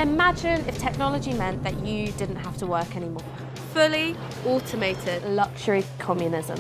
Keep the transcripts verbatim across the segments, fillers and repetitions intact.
Imagine if technology meant that you didn't have to work anymore. Fully automated. Luxury communism.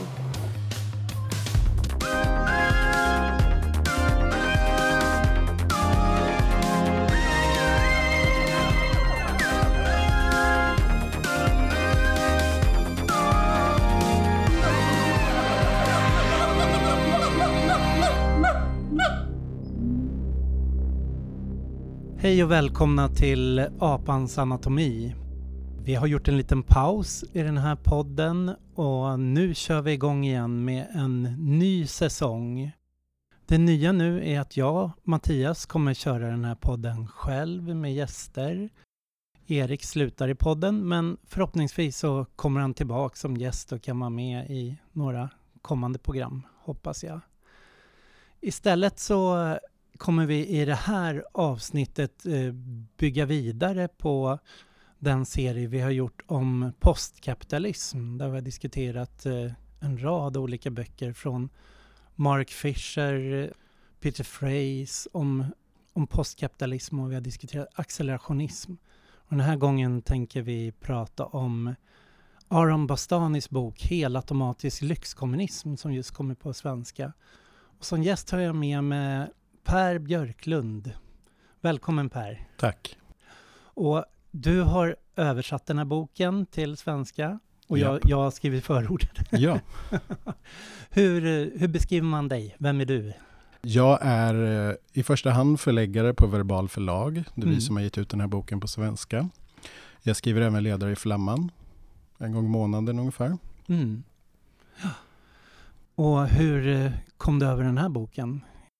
Hej och välkomna till Apans anatomi. Vi har gjort en liten paus i den här podden och nu kör vi igång igen med en ny säsong. Det nya nu är att jag, Mattias, kommer köra den här podden själv med gäster. Erik slutar i podden, men förhoppningsvis så kommer han tillbaka som gäst och kan vara med i några kommande program, hoppas jag. Istället så kommer vi i det här avsnittet eh, bygga vidare på den serie vi har gjort om postkapitalism. Där vi har diskuterat eh, en rad olika böcker från Mark Fisher, Peter Frase om, om postkapitalism, och vi har diskuterat accelerationism. Och den här gången tänker vi prata om Aron Bastanis bok Helautomatisk lyxkommunism som just kommer på svenska. Och som gäst har jag med mig Per Björklund. Välkommen Per. Tack. Och du har översatt den här boken till svenska och jag, Japp. jag har skrivit förordet. Ja. hur, hur beskriver man dig? Vem är du? Jag är eh, i första hand förläggare på Verbal förlag. Det är Mm. vi som har gett ut den här boken på svenska. Jag skriver även ledare i Flamman. En gång i månaden ungefär. Mm. Ja. Och hur eh, kom du över den här boken?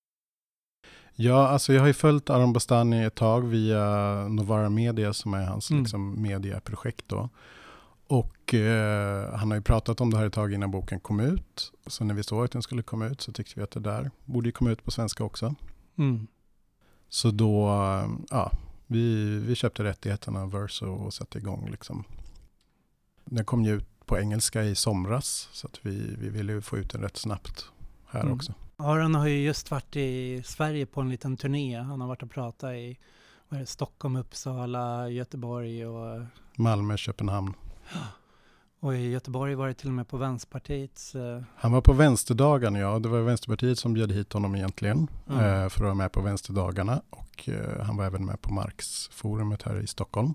Ja, alltså jag har ju följt Aron Bastani ett tag via Novara Media som är hans Mm. liksom, medieprojekt då. Och eh, han har ju pratat om det här ett tag innan boken kom ut. Så när vi såg att den skulle komma ut så tyckte vi att det där borde ju komma ut på svenska också. Mm. Så då, ja, vi, vi köpte rättigheterna av Verso och satte igång liksom. Den kom ju ut på engelska i somras så att vi, vi ville få ut den rätt snabbt här Mm. också. Aron har ju just varit i Sverige på en liten turné. Han har varit och pratat i vad är det, Stockholm, Uppsala, Göteborg och, Malmö, Köpenhamn. och i Göteborg var det till och med på Vänsterpartiets... Eh, Han var på Vänsterdagarna, ja. Det var Vänsterpartiet som bjöd hit honom egentligen Mm. eh, för att vara med på Vänsterdagarna. Och eh, han var även med på Marxforumet här i Stockholm.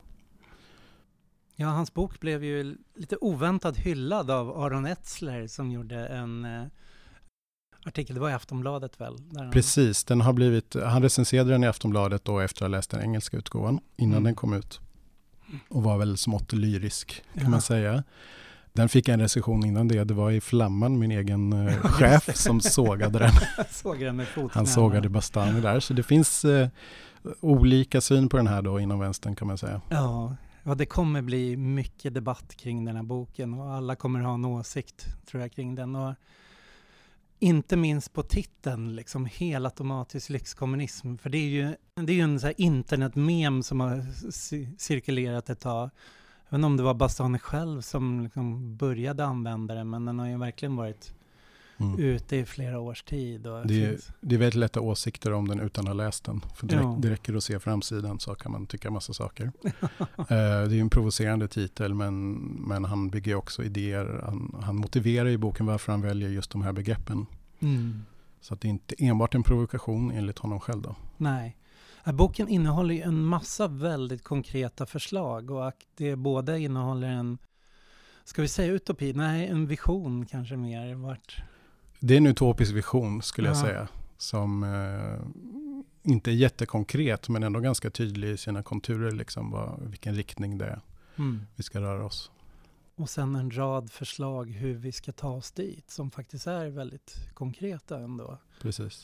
Ja, hans bok blev ju lite oväntat hyllad av Aron Etzler som gjorde en eh, artikel, det var i Aftonbladet väl? Där han, Precis, den har blivit, han recenserade den i Aftonbladet då efter att ha läst den engelska utgåvan innan Mm. den kom ut. Och var väl smått lyrisk kan Ja. man säga. Den fick en recension innan det. Det var i Flamman, min egen eh, chef som sågade den. såg den med fotknäna. Han sågade Bastani där. Så det finns eh, olika syn på den här då inom vänstern kan man säga. Ja, ja, det kommer bli mycket debatt kring den här boken och alla kommer ha en åsikt tror jag kring den. Och inte minst på titeln, liksom helautomatisk lyxkommunism. För det är ju, det är ju en så här internetmem som har c- cirkulerat ett tag. Jag vet inte om det var Bastani själv som liksom började använda den, men den har ju verkligen varit Mm. ute i flera års tid. Och Det, är, finns... det är väldigt lätta åsikter om den utan att ha läst den. För det, Ja. det räcker att se framsidan så kan man tycka massa saker. eh, det är ju en provocerande titel men, men han bygger också idéer. Han, han motiverar i boken varför han väljer just de här begreppen. Mm. Så att det är inte enbart en provokation enligt honom själv då. Nej. Ja, boken innehåller ju en massa väldigt konkreta förslag och att det både innehåller en, ska vi säga utopi? Nej, en vision kanske mer. Vart... Det är en utopisk vision skulle jag Ja. säga. Som eh, inte är jättekonkret men ändå ganska tydlig i sina konturer. Liksom, vad, vilken riktning det är Mm. vi ska röra oss. Och sen en rad förslag hur vi ska ta oss dit som faktiskt är väldigt konkreta ändå. Precis.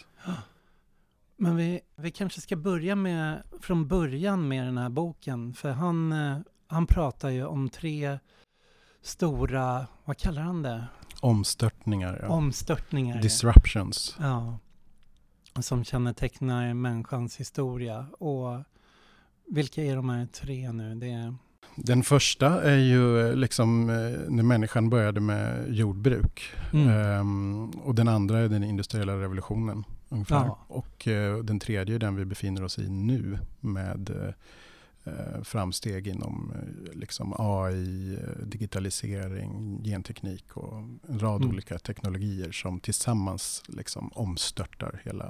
Men vi, vi kanske ska börja med från början med den här boken. För han, eh, han pratar ju om tre stora, vad kallar han det? Omstörtningar. Ja. Omstörtningar. Disruptions. Ja. Som kännetecknar människans historia. Och vilka är de här tre nu? Det är... Den första är ju liksom när människan började med jordbruk. Mm. Um, och den andra är den industriella revolutionen ungefär. Ja. Och uh, den tredje är den vi befinner oss i nu med eh, framsteg inom eh, liksom A I, digitalisering, genteknik och en rad Mm. olika teknologier som tillsammans liksom omstörtar hela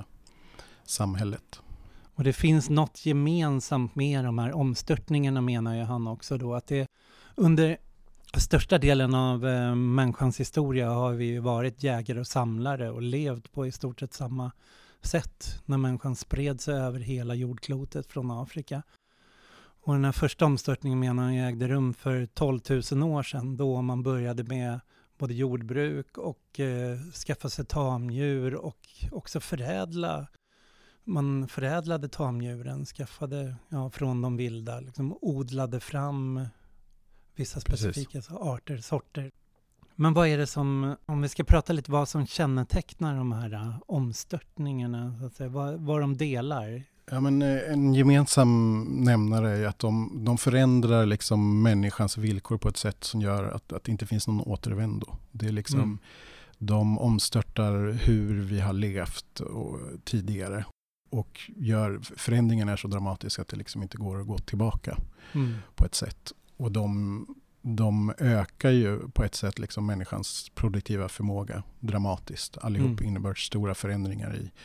samhället. Och det finns något gemensamt med de här omstörtningarna, menar ju han också då, att det under största delen av eh, människans historia har vi ju varit jägare och samlare och levt på i stort sett samma sätt när människan spred sig över hela jordklotet från Afrika. Och den här första omstörtningen, menar han, ägde rum för tolv tusen år sedan, då man började med både jordbruk och eh, skaffa sig tamdjur och också förädla. Man förädlade tamdjuren, skaffade ja, från de vilda, liksom odlade fram vissa specifika Precis. arter, sorter. Men vad är det som, om vi ska prata lite vad som kännetecknar de här uh, omstörtningarna, så att säga, vad, vad de delar? Ja, men en gemensam nämnare är att de, de förändrar liksom människans villkor på ett sätt som gör att, att det inte finns någon återvändo. Det är liksom, Mm. de omstörtar hur vi har levt och, tidigare. Och gör förändringen är så dramatisk att det liksom inte går att gå tillbaka Mm. på ett sätt. Och de, de ökar ju på ett sätt liksom människans produktiva förmåga dramatiskt. Allihop Mm. innebär stora förändringar i,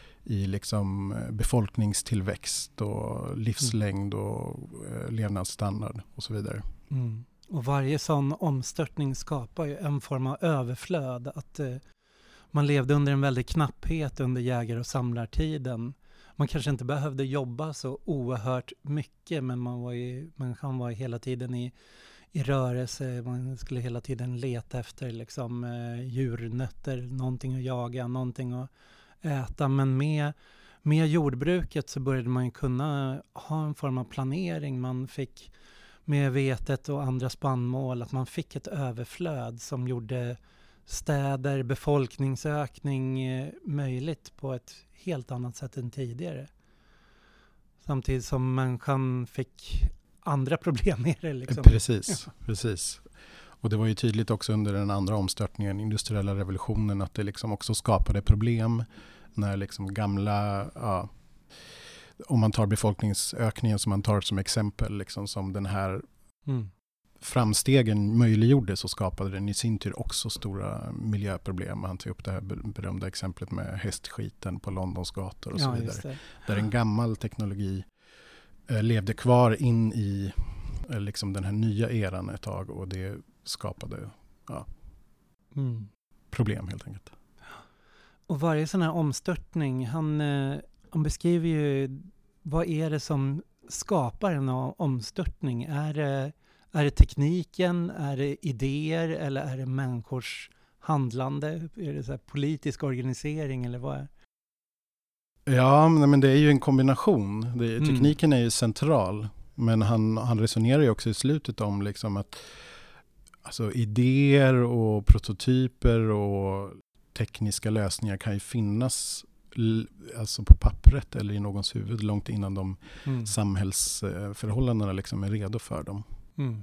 i liksom befolkningstillväxt och livslängd och eh, levnadsstandard och så vidare. Mm. Och varje sån omstörtning skapar ju en form av överflöd. Att eh, man levde under en väldig knapphet under jägar- och samlartiden. Man kanske inte behövde jobba så oerhört mycket, men man var ju, människan var ju hela tiden i, i rörelse. Man skulle hela tiden leta efter liksom, eh, djurnötter, någonting att jaga, någonting att äta. Men med, med jordbruket så började man ju kunna ha en form av planering. Man fick med vetet och andra spannmål att man fick ett överflöd som gjorde städer, befolkningsökning eh, möjligt på ett helt annat sätt än tidigare. Samtidigt som människan fick andra problem med det. Liksom. Precis, precis. Och det var ju tydligt också under den andra omstörtningen, industriella revolutionen, att det liksom också skapade problem när liksom gamla, ja, om man tar befolkningsökningen som man tar som exempel, liksom som den här Mm. framstegen möjliggjorde, så skapade den i sin tur också stora miljöproblem. Han tar upp det här berömda exemplet med hästskiten på Londons gator och så Ja, vidare. just det. Där en gammal teknologi eh, levde kvar in i eh, liksom den här nya eran ett tag, och det skapade ja, Mm. problem helt enkelt. Och varje sån här omstörtning, han, eh, han beskriver ju vad är det som skapar en o- omstörtning. Är det, är det tekniken, är det idéer eller är det människors handlande? Är det så här politisk organisering eller vad är det? Ja, men, men det är ju en kombination. Det, Mm. tekniken är ju central, men han, han resonerar ju också i slutet om liksom att alltså, idéer och prototyper och tekniska lösningar kan ju finnas l- alltså på pappret eller i någons huvud långt innan de Mm. samhällsförhållandena liksom är redo för dem. Mm.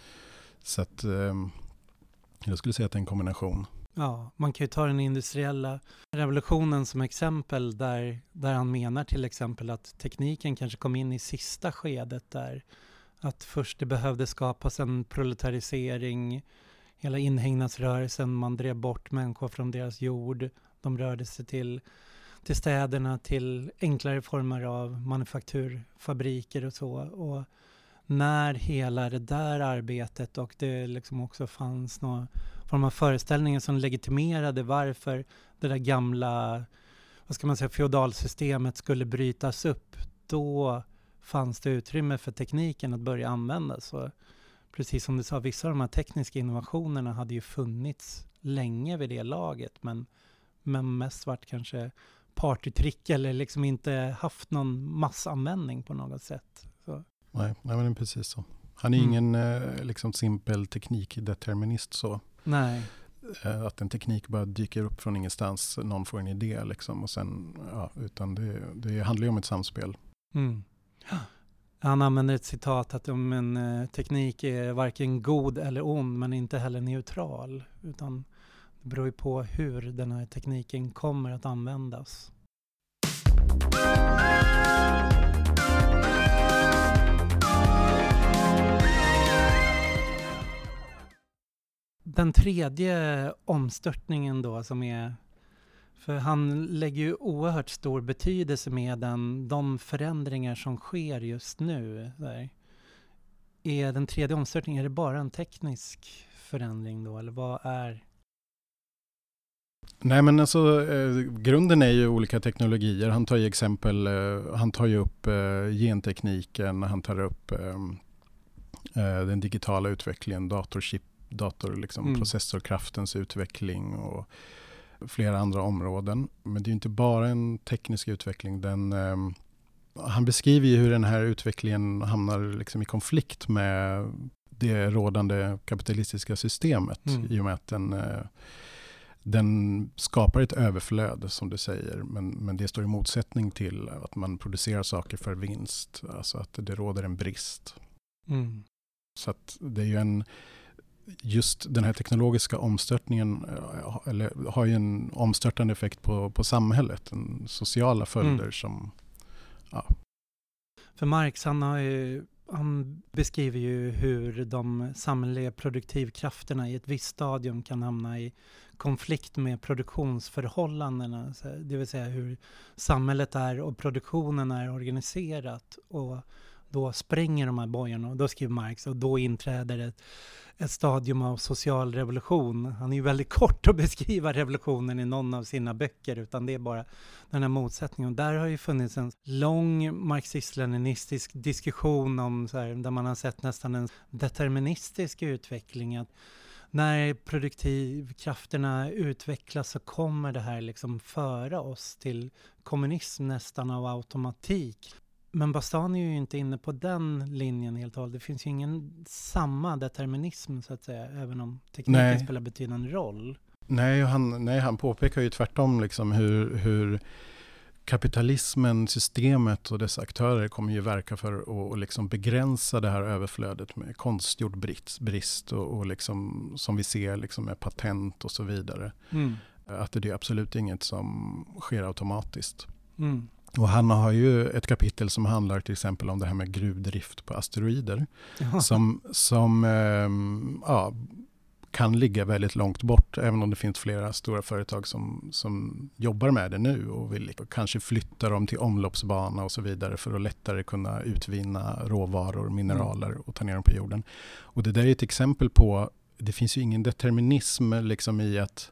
Så att eh, jag skulle säga att det är en kombination. Ja, man kan ju ta den industriella revolutionen som exempel där, där han menar till exempel att tekniken kanske kom in i sista skedet där. Att först det behövde skapas en proletarisering, hela inhägnadsrörelsen, man drev bort människor från deras jord. De rörde sig till, till städerna, till enklare former av manufakturfabriker och så. Och när hela det där arbetet och det liksom också fanns någon form av föreställningar som legitimerade varför det där gamla, vad ska man säga, feodalsystemet skulle brytas upp, då fanns det utrymme för tekniken att börja användas. Så precis som du sa, vissa av de här tekniska innovationerna hade ju funnits länge vid det laget, men, men mest varit kanske partytrick eller liksom inte haft någon massanvändning på något sätt. Så. Nej, nej, men precis så. Han är Mm. ingen eh, liksom simpel teknikdeterminist så. Nej. Eh, att en teknik bara dyker upp från ingenstans, någon får en idé liksom, och sen, ja, utan det, det handlar ju om ett samspel. Mm. Han använder ett citat att om en eh, teknik är varken god eller ond, men inte heller neutral, utan det beror ju på hur den här tekniken kommer att användas. Den tredje omstörtningen då som är, för han lägger ju oerhört stor betydelse med den, de förändringar som sker just nu. Där. Är den tredje omstörtningen, är det bara en teknisk förändring då, eller vad är? Nej, men alltså eh, grunden är ju olika teknologier. Han tar ju exempel, eh, han tar ju upp eh, gentekniken, han tar upp eh, eh, den digitala utvecklingen, datorchip, dator, liksom, mm. processorkraftens utveckling och flera andra områden. Men det är ju inte bara en teknisk utveckling. Den, eh, han beskriver ju hur den här utvecklingen hamnar liksom i konflikt med det rådande kapitalistiska systemet mm. i och med att den eh, Den skapar ett överflöd som du säger, men, men det står i motsättning till att man producerar saker för vinst. Alltså att det råder en brist. Mm. Så att det är ju en, just den här teknologiska omstörtningen eller, har ju en omstörtande effekt på, på samhället. En sociala följder mm. som... Ja. För Marx, han har ju... Han beskriver ju hur de samhälleliga produktivkrafterna i ett visst stadium kan hamna i konflikt med produktionsförhållandena. Det vill säga hur samhället är och produktionen är organiserat. Och då spränger de här bojorna och då skriver Marx och då inträder ett, ett stadium av social revolution. Han är ju väldigt kort att beskriva revolutionen i någon av sina böcker, utan det är bara den här motsättningen. Och där har ju funnits en lång marxist-leninistisk diskussion om så här, där man har sett nästan en deterministisk utveckling. Att när produktivkrafterna utvecklas så kommer det här liksom föra oss till kommunism nästan av automatik. Men Bastani är ju inte inne på den linjen helt och hållet. Det finns ju ingen samma determinism så att säga, även om tekniken nej. spelar betydande roll. Nej, han, nej, han påpekar ju tvärtom liksom hur, hur kapitalismen, systemet och dess aktörer kommer ju verka för att och liksom begränsa det här överflödet med konstgjord brist, brist och, och liksom, som vi ser liksom med patent och så vidare. Mm. Att det är absolut inget som sker automatiskt. Mm. Och han har ju ett kapitel som handlar till exempel om det här med gruvdrift på asteroider. Jaha. Som, som eh, ja, kan ligga väldigt långt bort, även om det finns flera stora företag som, som jobbar med det nu och vill kanske flytta dem till omloppsbana och så vidare för att lättare kunna utvinna råvaror, mineraler och ta ner dem på jorden. Och det där är ett exempel på, det finns ju ingen determinism liksom i att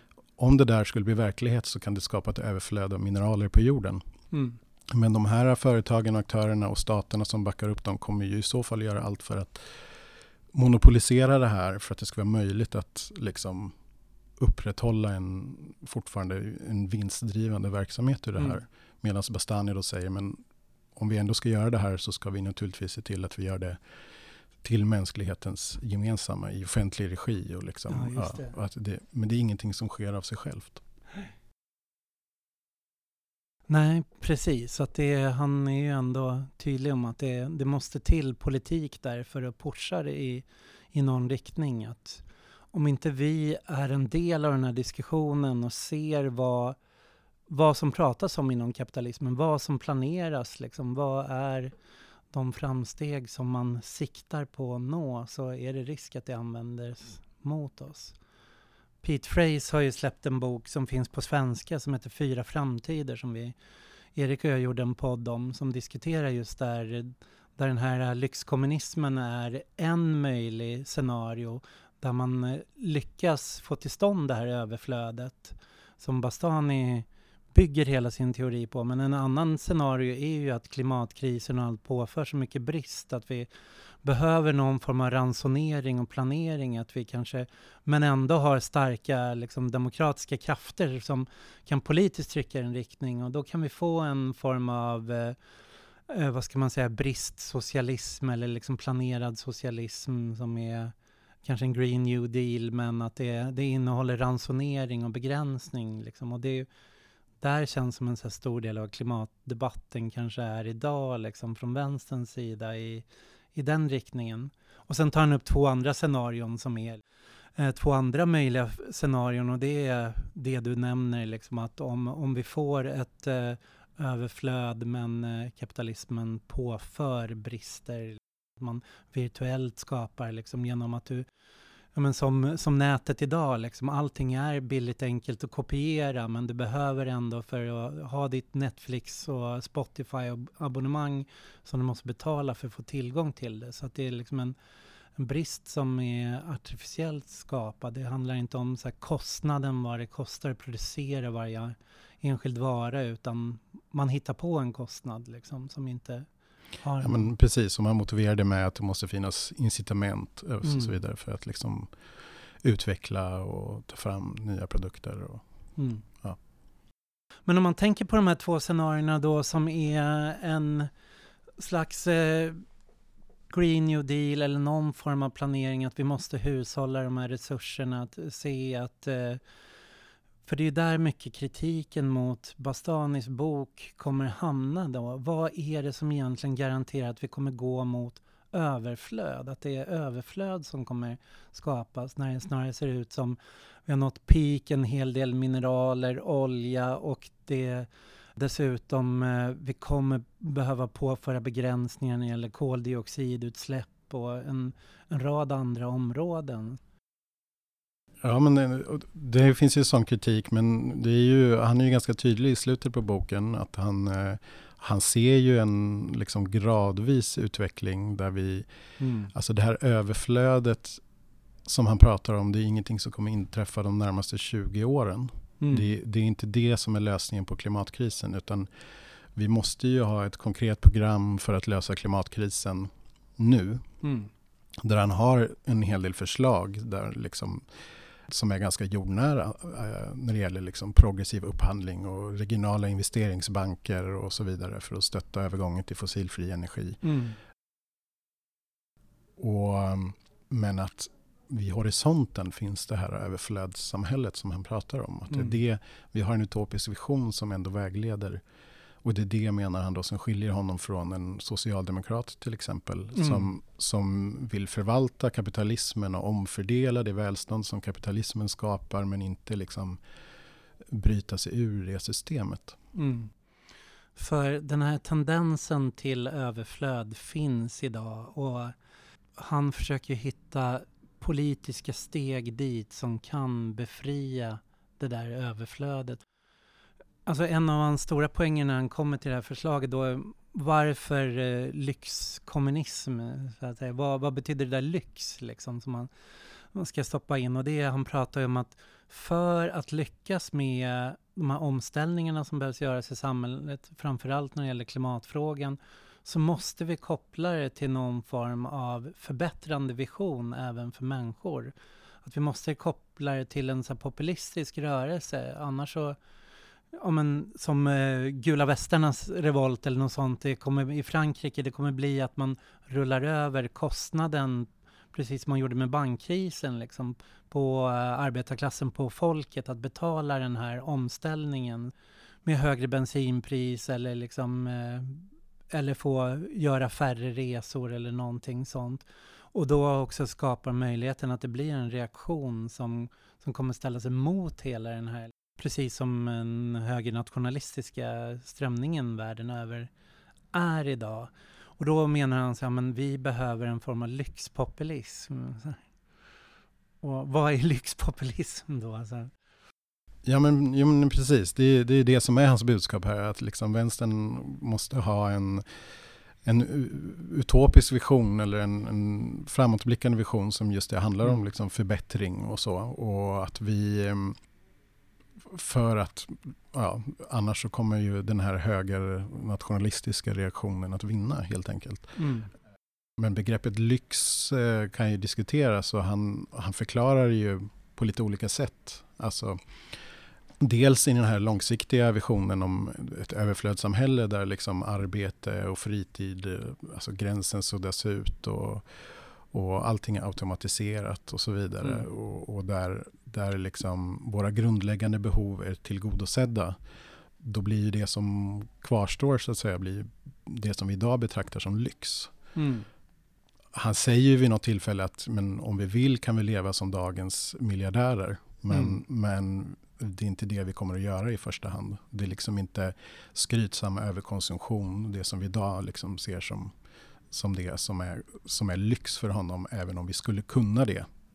om det där skulle bli verklighet så kan det skapa ett överflöd av mineraler på jorden. Mm. Men de här företagen, aktörerna och staterna som backar upp dem kommer ju i så fall göra allt för att monopolisera det här för att det ska vara möjligt att liksom upprätthålla en fortfarande en vinstdrivande verksamhet i det här. Mm. Medan Bastani då säger, men om vi ändå ska göra det här så ska vi naturligtvis se till att vi gör det till mänsklighetens gemensamma i offentlig regi. Och liksom, ja, just det. Ja, att det, men det är ingenting som sker av sig självt. Nej, precis. Så att det, han är ju ändå tydlig om att det, det måste till politik där för att pusha det i, i någon riktning. Att om inte vi är en del av den här diskussionen och ser vad, vad som pratas om inom kapitalismen, vad som planeras, liksom, vad är de framsteg som man siktar på att nå, så är det risk att det används mot oss. Pete Fraze har ju släppt en bok som finns på svenska som heter Fyra framtider, som vi, Erik och jag gjorde en podd om, som diskuterar just där, där den här lyxkommunismen är en möjlig scenario där man lyckas få till stånd det här överflödet som Bastani bygger hela sin teori på. Men en annan scenario är ju att klimatkrisen och allt påför så mycket brist att vi behöver någon form av ransonering och planering, att vi kanske, men ändå har starka liksom, demokratiska krafter som kan politiskt trycka i en riktning, och då kan vi få en form av eh, vad ska man säga, bristsocialism eller liksom planerad socialism som är kanske en Green New Deal, men att det, det innehåller ransonering och begränsning liksom. Och det där känns som en så här stor del av klimatdebatten kanske är idag liksom, från vänsterns sida i i den riktningen. Och sen tar han upp två andra scenarion som är eh, två andra möjliga scenarion, och det är det du nämner liksom, att om, om vi får ett eh, överflöd men eh, kapitalismen påför brister man virtuellt skapar liksom, genom att du Ja, men som, som nätet idag, liksom, allting är billigt enkelt att kopiera, men du behöver ändå för att ha ditt Netflix och Spotify-abonnemang som du måste betala för att få tillgång till det. Så att det är liksom en, en brist som är artificiellt skapad. Det handlar inte om så här, kostnaden, vad det kostar att producera varje enskild vara, utan man hittar på en kostnad liksom, som inte har... Ja, men precis, och man motiverar det med att det måste finnas incitament och Mm. så vidare för att liksom utveckla och ta fram nya produkter. Och, Mm. ja. Men om man tänker på de här två scenarierna då som är en slags eh, Green New Deal eller någon form av planering att vi måste hushålla de här resurserna, att se att eh, för det är ju där mycket kritiken mot Bastanis bok kommer hamna då. Vad är det som egentligen garanterar att vi kommer gå mot överflöd? Att det är överflöd som kommer skapas när det snarare ser ut som vi har nått peak, en hel del mineraler, olja och det dessutom eh, vi kommer behöva påföra begränsningar när det gäller koldioxidutsläpp och en, en rad andra områden. Ja, men det, det finns ju sån kritik, men det är ju, han är ju ganska tydlig i slutet på boken att han, eh, han ser ju en liksom gradvis utveckling där vi, Mm. alltså det här överflödet som han pratar om, det är ingenting som kommer inträffa de närmaste tjugo åren. Mm. Det, det är inte det som är lösningen på klimatkrisen, utan vi måste ju ha ett konkret program för att lösa klimatkrisen nu. Mm. Där han har en hel del förslag där liksom, som är ganska jordnära eh, när det gäller liksom progressiv upphandling och regionala investeringsbanker och så vidare för att stötta övergången till fossilfri energi. Mm. Och, men att vid horisonten finns det här överflödssamhället som han pratar om. Att Mm. det är det, vi har en utopisk vision som ändå vägleder. Och det är det, menar han då, som skiljer honom från en socialdemokrat till exempel. Mm. Som, som vill förvalta kapitalismen och omfördela det välstånd som kapitalismen skapar, men inte liksom bryta sig ur det systemet. Mm. För den här tendensen till överflöd finns idag och han försöker hitta politiska steg dit som kan befria det där överflödet. Alltså en av hans stora poänger när han kommer till det här förslaget då är varför eh, lyxkommunism, så att säga. Vad, vad betyder det där lyx liksom som man, man ska stoppa in? Och det han pratar ju om att för att lyckas med de här omställningarna som behövs göras i samhället, framförallt när det gäller klimatfrågan, så måste vi koppla det till någon form av förbättrande vision även för människor. Att vi måste koppla det till en så här populistisk rörelse, annars så ja, men, som eh, gula västarnas revolt eller något sånt, det kommer, i Frankrike det kommer bli att man rullar över kostnaden, precis som man gjorde med bankkrisen, liksom, på eh, arbetarklassen, på folket, att betala den här omställningen med högre bensinpris eller liksom eh, eller få göra färre resor eller någonting sånt. Och då också skapar möjligheten att det blir en reaktion som, som kommer ställa sig mot hela den här, precis som den högernationalistiska strömningen världen över är idag. Och då menar han så här, men vi behöver en form av lyxpopulism. Och vad är lyxpopulism då? Alltså? Ja, men, ja, men precis. Det är, det är det som är hans budskap här. Att liksom vänstern måste ha en, en utopisk vision eller en, en framåtblickande vision som just det handlar om liksom förbättring och så. Och att vi, för att, ja, annars så kommer ju den här högernationalistiska reaktionen att vinna helt enkelt. Mm. Men begreppet lyx eh, kan ju diskuteras och han, han förklarar ju på lite olika sätt. Alltså dels i den här långsiktiga visionen om ett överflödssamhälle där liksom arbete och fritid, alltså gränsen suddas ut och, och allting är automatiserat och så vidare. Mm. Och, och där, där liksom våra grundläggande behov är tillgodosedda. Då blir ju det som kvarstår så att säga blir det som vi idag betraktar som lyx. Mm. Han säger ju vid något tillfälle att men om vi vill kan vi leva som dagens miljardärer. Men, mm. men det är inte det vi kommer att göra i första hand. Det är liksom inte skrytsam överkonsumtion, det som vi idag liksom ser som, som det som är, som är lyx för honom, även om vi skulle kunna det.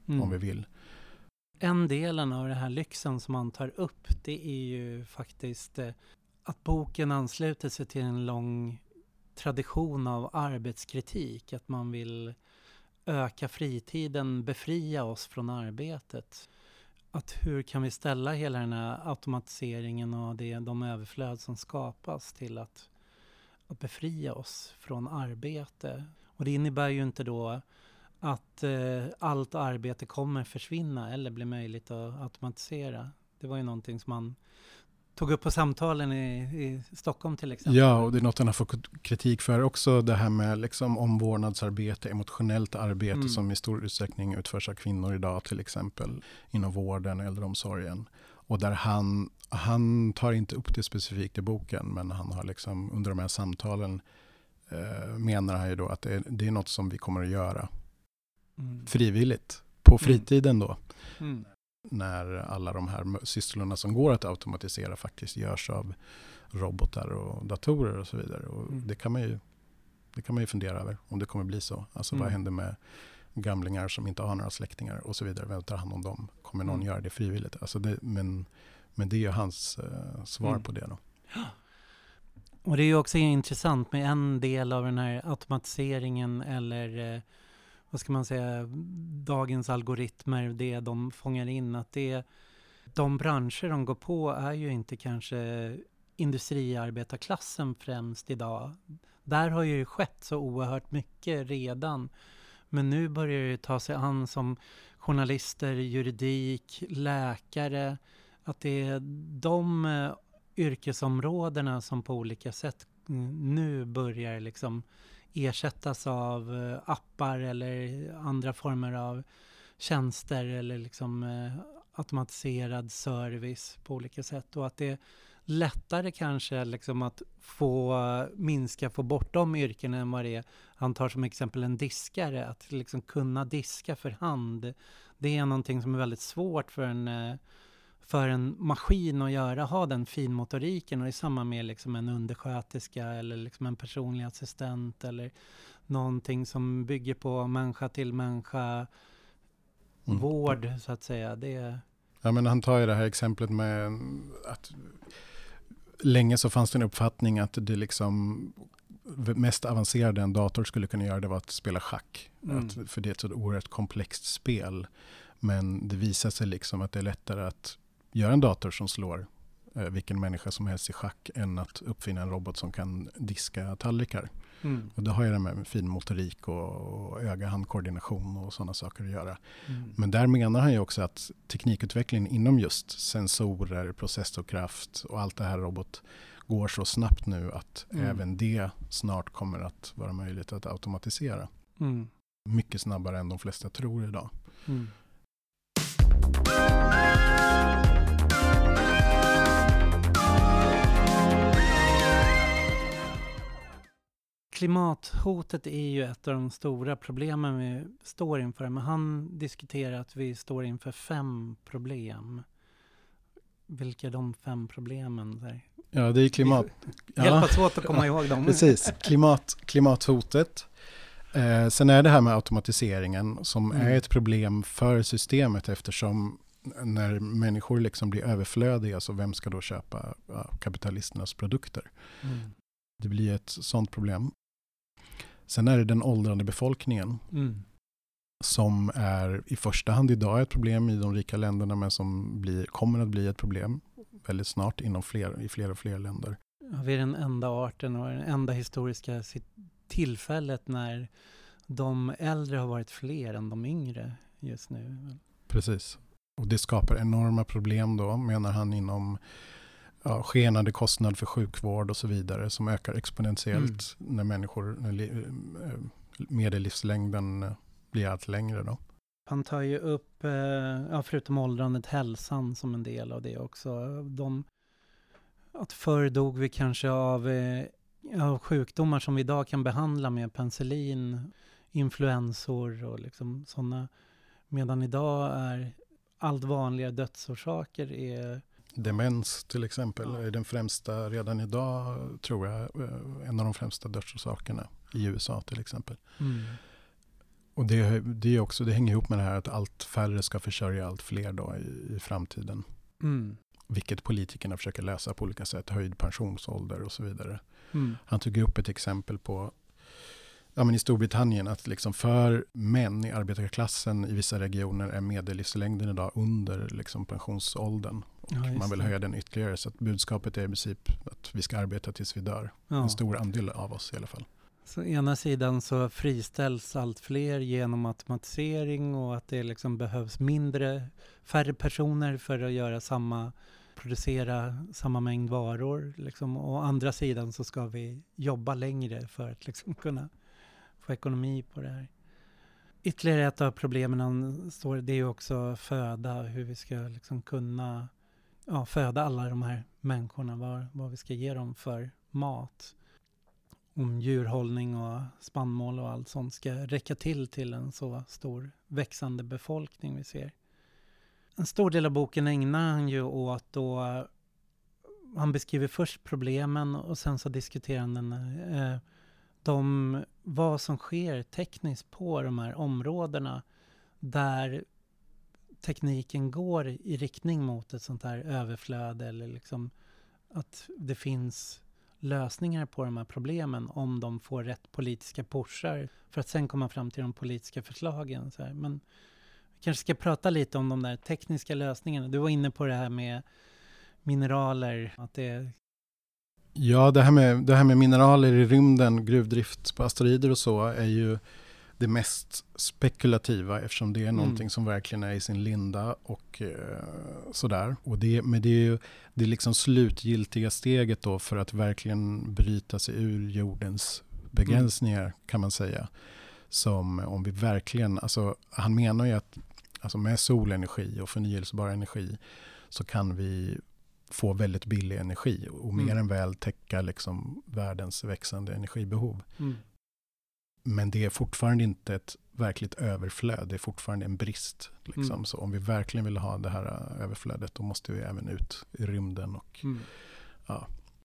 mm. om vi vill. En delen av det här lyxen som man tar upp, det är ju faktiskt eh, att boken ansluter sig till en lång tradition av arbetskritik. Att man vill öka fritiden, befria oss från arbetet. Att hur kan vi ställa hela den här automatiseringen och det, de överflöd som skapas till att, att befria oss från arbete. Och det innebär ju inte då att eh, allt arbete kommer försvinna eller blir möjligt att automatisera. Det var ju någonting som man tog upp på samtalen i, i Stockholm till exempel. Ja, och det är något han har fått kritik för också, det här med liksom omvårdnadsarbete, emotionellt arbete mm. som i stor utsträckning utförs av kvinnor idag till exempel inom vården, äldreomsorgen. Och där han, han tar inte upp det specifikt i boken, men han har liksom under de här samtalen eh, menar han ju då att det, det är något som vi kommer att göra mm. frivilligt på fritiden då. Mm. När alla de här sysslorna som går att automatisera faktiskt görs av robotar och datorer och så vidare. Och mm. det kan man ju det kan man ju fundera över om det kommer bli så. Alltså mm. vad händer med gamlingar som inte har några släktingar och så vidare. Vem tar hand om dem? Kommer någon mm. göra det frivilligt? Alltså det, men, men det är ju hans uh, svar mm. på det då. Och det är ju också intressant med en del av den här automatiseringen eller eh, vad ska man säga, dagens algoritmer, det de fångar in, att det, de branscher de går på är ju inte kanske industriarbetarklassen främst idag. Där har ju skett så oerhört mycket redan. Men nu börjar det ta sig an som journalister, juridik, läkare, att det är de eh, yrkesområdena som på olika sätt mm, nu börjar liksom ersättas av uh, appar eller andra former av tjänster eller liksom uh, automatiserad service på olika sätt. Och att det är lättare kanske liksom att få uh, minska, få bort de yrken än vad det är. Han tar som exempel en diskare. Att liksom kunna diska för hand. Det är någonting som är väldigt svårt för en uh, för en maskin att göra, ha den finmotoriken, och det är samma med liksom en undersköterska eller liksom en personlig assistent eller någonting som bygger på människa till människa mm. vård så att säga. Det... Ja, men han tar ju det här exemplet med att länge så fanns det en uppfattning att det liksom mest avancerade en dator skulle kunna göra det var att spela schack. Mm. Att, för det är ett så oerhört komplext spel. Men det visar sig liksom att det är lättare att göra en dator som slår eh, vilken människa som helst i schack än att uppfinna en robot som kan diska tallrikar. Mm. Och det har ju det med fin motorik och, och öga-handkoordination och sådana saker att göra. Mm. Men där menar han ju också att teknikutvecklingen inom just sensorer, processorkraft och allt det här robot går så snabbt nu att mm. även det snart kommer att vara möjligt att automatisera. Mm. Mycket snabbare än de flesta tror idag. Mm. Klimathotet är ju ett av de stora problemen vi står inför. Men han diskuterar att vi står inför fem problem. Vilka är de fem problemen? Där? Ja, det är klimat... Hjälpas åt att komma ihåg dem. Precis, klimat, klimathotet. Eh, sen är det här med automatiseringen som mm. är ett problem för systemet, eftersom när människor liksom blir överflödiga, så vem ska då köpa ja, kapitalisternas produkter? Mm. Det blir ett sådant problem. Sen är det den åldrande befolkningen mm. som är i första hand idag ett problem i de rika länderna, men som blir, kommer att bli ett problem väldigt snart inom fler, i fler och fler länder. Ja, vi är den enda arten och den enda historiska tillfället när de äldre har varit fler än de yngre just nu. Precis. Och det skapar enorma problem då, menar han, inom ja, skenande kostnad för sjukvård och så vidare, som ökar exponentiellt mm. när människor, när li, medellivslängden blir allt längre då. Han tar ju upp, eh, ja, förutom åldrandet, hälsan som en del av det också. De, att förr dog vi kanske av, eh, av sjukdomar som vi idag kan behandla med penicillin, influensor och liksom sådana. Medan idag är allt vanliga dödsorsaker är... Demens till exempel ja. är den främsta, redan idag tror jag, en av de främsta dödsorsakerna i U S A till exempel. Mm. Och det, det, är också, det hänger ihop med det här att allt färre ska försörja allt fler då i, i framtiden. Mm. Vilket politikerna försöker lösa på olika sätt. Höjd pensionsålder och så vidare. Mm. Han tog upp ett exempel på ja, men i Storbritannien att liksom för män i arbetarklassen i vissa regioner är medellivslängden idag under liksom pensionsåldern. Och Ja, man vill det. höja den ytterligare. Så att budskapet är i princip att vi ska arbeta tills vi dör. Ja. En stor andel av oss i alla fall. Så ena sidan så friställs allt fler genom automatisering och att det liksom behövs mindre, färre personer för att göra samma, producera samma mängd varor. Liksom. Och andra sidan så ska vi jobba längre för att liksom kunna få ekonomi på det här. Ytterligare ett av problemen han står, det är ju också föda, hur vi ska liksom kunna ja, föda alla de här människorna, vad, vad vi ska ge dem för mat. Om djurhållning och spannmål och allt sånt ska räcka till till en så stor växande befolkning vi ser. En stor del av boken ägnar han ju åt då han beskriver först problemen och sen så diskuterar han den, eh, de, vad som sker tekniskt på de här områdena där tekniken går i riktning mot ett sånt här överflöd eller liksom att det finns lösningar på de här problemen om de får rätt politiska pushar för att sen komma fram till de politiska förslagen. Så här. Men vi kanske ska prata lite om de där tekniska lösningarna. Du var inne på det här med mineraler. Att det... Ja, det här, med, det här med mineraler i rymden, gruvdrift på asteroider och så är ju det mest spekulativa eftersom det är någonting mm. som verkligen är i sin linda och eh, sådär. Och det, men det är ju det är liksom slutgiltiga steget då för att verkligen bryta sig ur jordens begränsningar mm. kan man säga. Som om vi verkligen, alltså han menar ju att alltså med solenergi och förnyelsebar energi så kan vi få väldigt billig energi och mm. mer än väl täcka liksom världens växande energibehov. Mm. Men det är fortfarande inte ett verkligt överflöd. Det är fortfarande en brist. Liksom. Mm. Så om vi verkligen vill ha det här överflödet då måste vi även ut i rymden och mm. ja,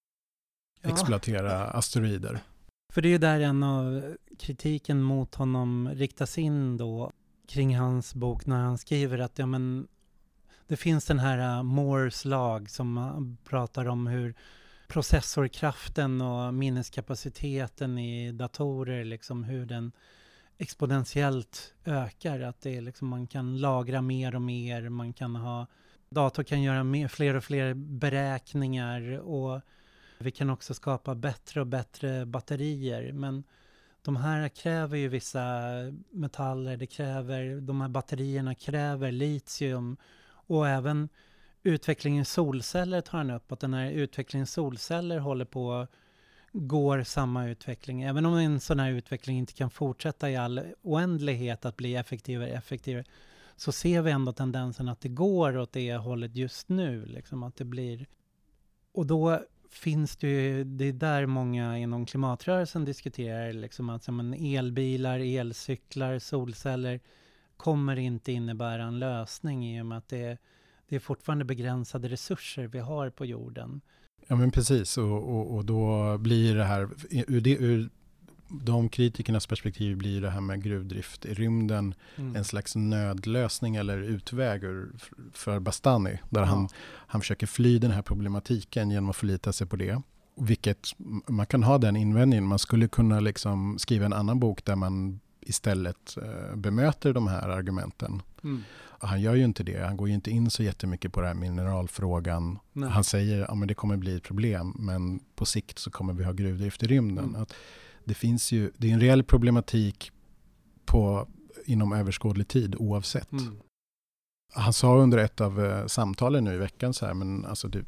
ja. exploatera asteroider. För det är ju där en av kritiken mot honom riktas in då kring hans bok när han skriver att ja, men, det finns den här uh, Moores lag som uh, pratar om hur processorkraften och minneskapaciteten i datorer, liksom hur den exponentiellt ökar. Att det är liksom, man kan lagra mer och mer, man kan ha, dator kan göra mer, fler och fler beräkningar och vi kan också skapa bättre och bättre batterier. Men de här kräver ju vissa metaller, det kräver, de här batterierna kräver litium och även utvecklingen solceller tar han upp, att den här utvecklingen solceller håller på går samma utveckling. Även om en sån här utveckling inte kan fortsätta i all oändlighet att bli effektivare effektivare så ser vi ändå tendensen att det går åt det hållet just nu. Liksom att det blir... Och då finns det ju, det är där många inom klimatrörelsen diskuterar liksom att som en elbilar, elcyklar, solceller kommer inte innebära en lösning i och med att det Det är fortfarande begränsade resurser vi har på jorden. Ja men precis och, och, och då blir det här, ur, det, ur de kritikernas perspektiv blir det här med gruvdrift i rymden mm. en slags nödlösning eller utväg ur, för Bastani. Där ja. han, han försöker fly den här problematiken genom att förlita sig på det. Vilket man kan ha den invändningen. Man skulle kunna liksom skriva en annan bok där man istället eh, bemöter de här argumenten. Mm. Han gör ju inte det. Han går ju inte in så jättemycket på den här mineralfrågan. Nej. Han säger att ja, det kommer bli ett problem men på sikt så kommer vi ha gruvdrift i rymden. Mm. Att det finns ju, det är en reell problematik på, inom överskådlig tid oavsett. Mm. Han sa under ett av eh, samtalen nu i veckan så här, men alltså det,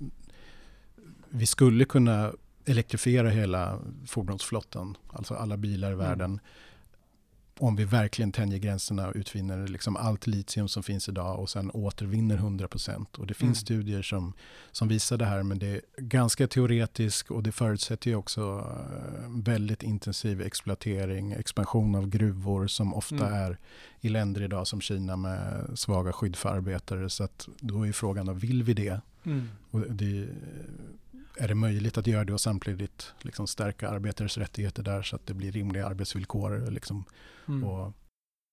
vi skulle kunna elektrifiera hela fordonsflottan, alltså alla bilar i mm. världen. Om vi verkligen tänjer gränserna och utvinner liksom allt litium som finns idag och sen återvinner hundra procent. Och det finns mm. studier som, som visar det här, men det är ganska teoretiskt och det förutsätter ju också väldigt intensiv exploatering, expansion av gruvor som ofta mm. är i länder idag som Kina med svaga skydd för arbetare. Så att då är frågan då, vill vi det? Mm. Och det är det möjligt att göra det och samtidigt liksom stärka arbetares rättigheter där så att det blir rimliga arbetsvillkor liksom. Mm. Och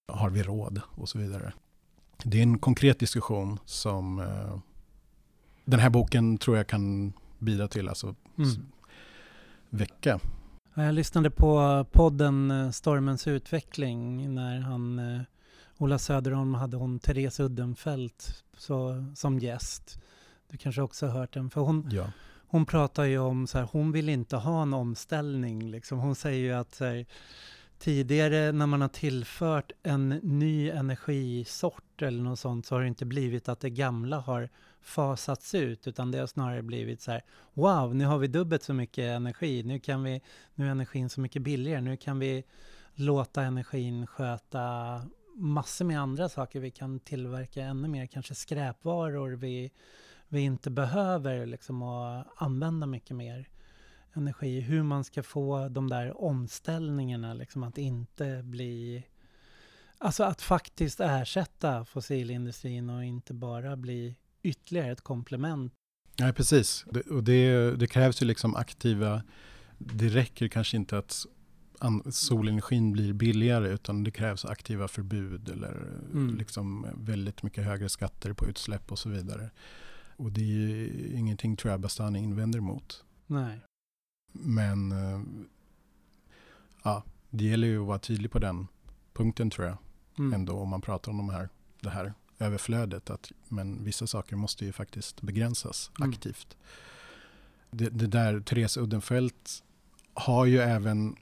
Har vi råd och så vidare. Det är en konkret diskussion som eh, den här boken tror jag kan bidra till, alltså Mm. väcka. Jag lyssnade på podden Stormens utveckling när han, eh, Ola Söderholm hade hon Therese Uddenfelt så, som gäst. Du kanske också har hört den. För hon, Ja. hon pratar ju om så här, hon vill inte ha en omställning. Liksom. Hon säger ju att så här, tidigare när man har tillfört en ny energisort eller något sånt så har det inte blivit att det gamla har fasats ut, utan det har snarare blivit så här: wow, nu har vi dubbelt så mycket energi, nu kan vi, nu är energin så mycket billigare, nu kan vi låta energin sköta massor med andra saker, vi kan tillverka ännu mer, kanske skräpvaror vi, vi inte behöver liksom, och använda mycket mer energi. Hur man ska få de där omställningarna liksom, att inte bli, alltså att faktiskt ersätta fossilindustrin och inte bara bli ytterligare ett komplement. Ja, precis. Det, och det, det krävs ju liksom aktiva, det räcker kanske inte att an, solenergin blir billigare, utan det krävs aktiva förbud eller Mm. liksom väldigt mycket högre skatter på utsläpp och så vidare. Och det är ju ingenting, tror jag, Bastani invänder mot. Nej. Men eh, ja, det gäller ju att vara tydlig på den punkten, tror jag. Mm. Ändå om man pratar om de här, det här överflödet. Att, men vissa saker måste ju faktiskt begränsas Mm. aktivt. Det, det där, Therese Uddenfelt har ju även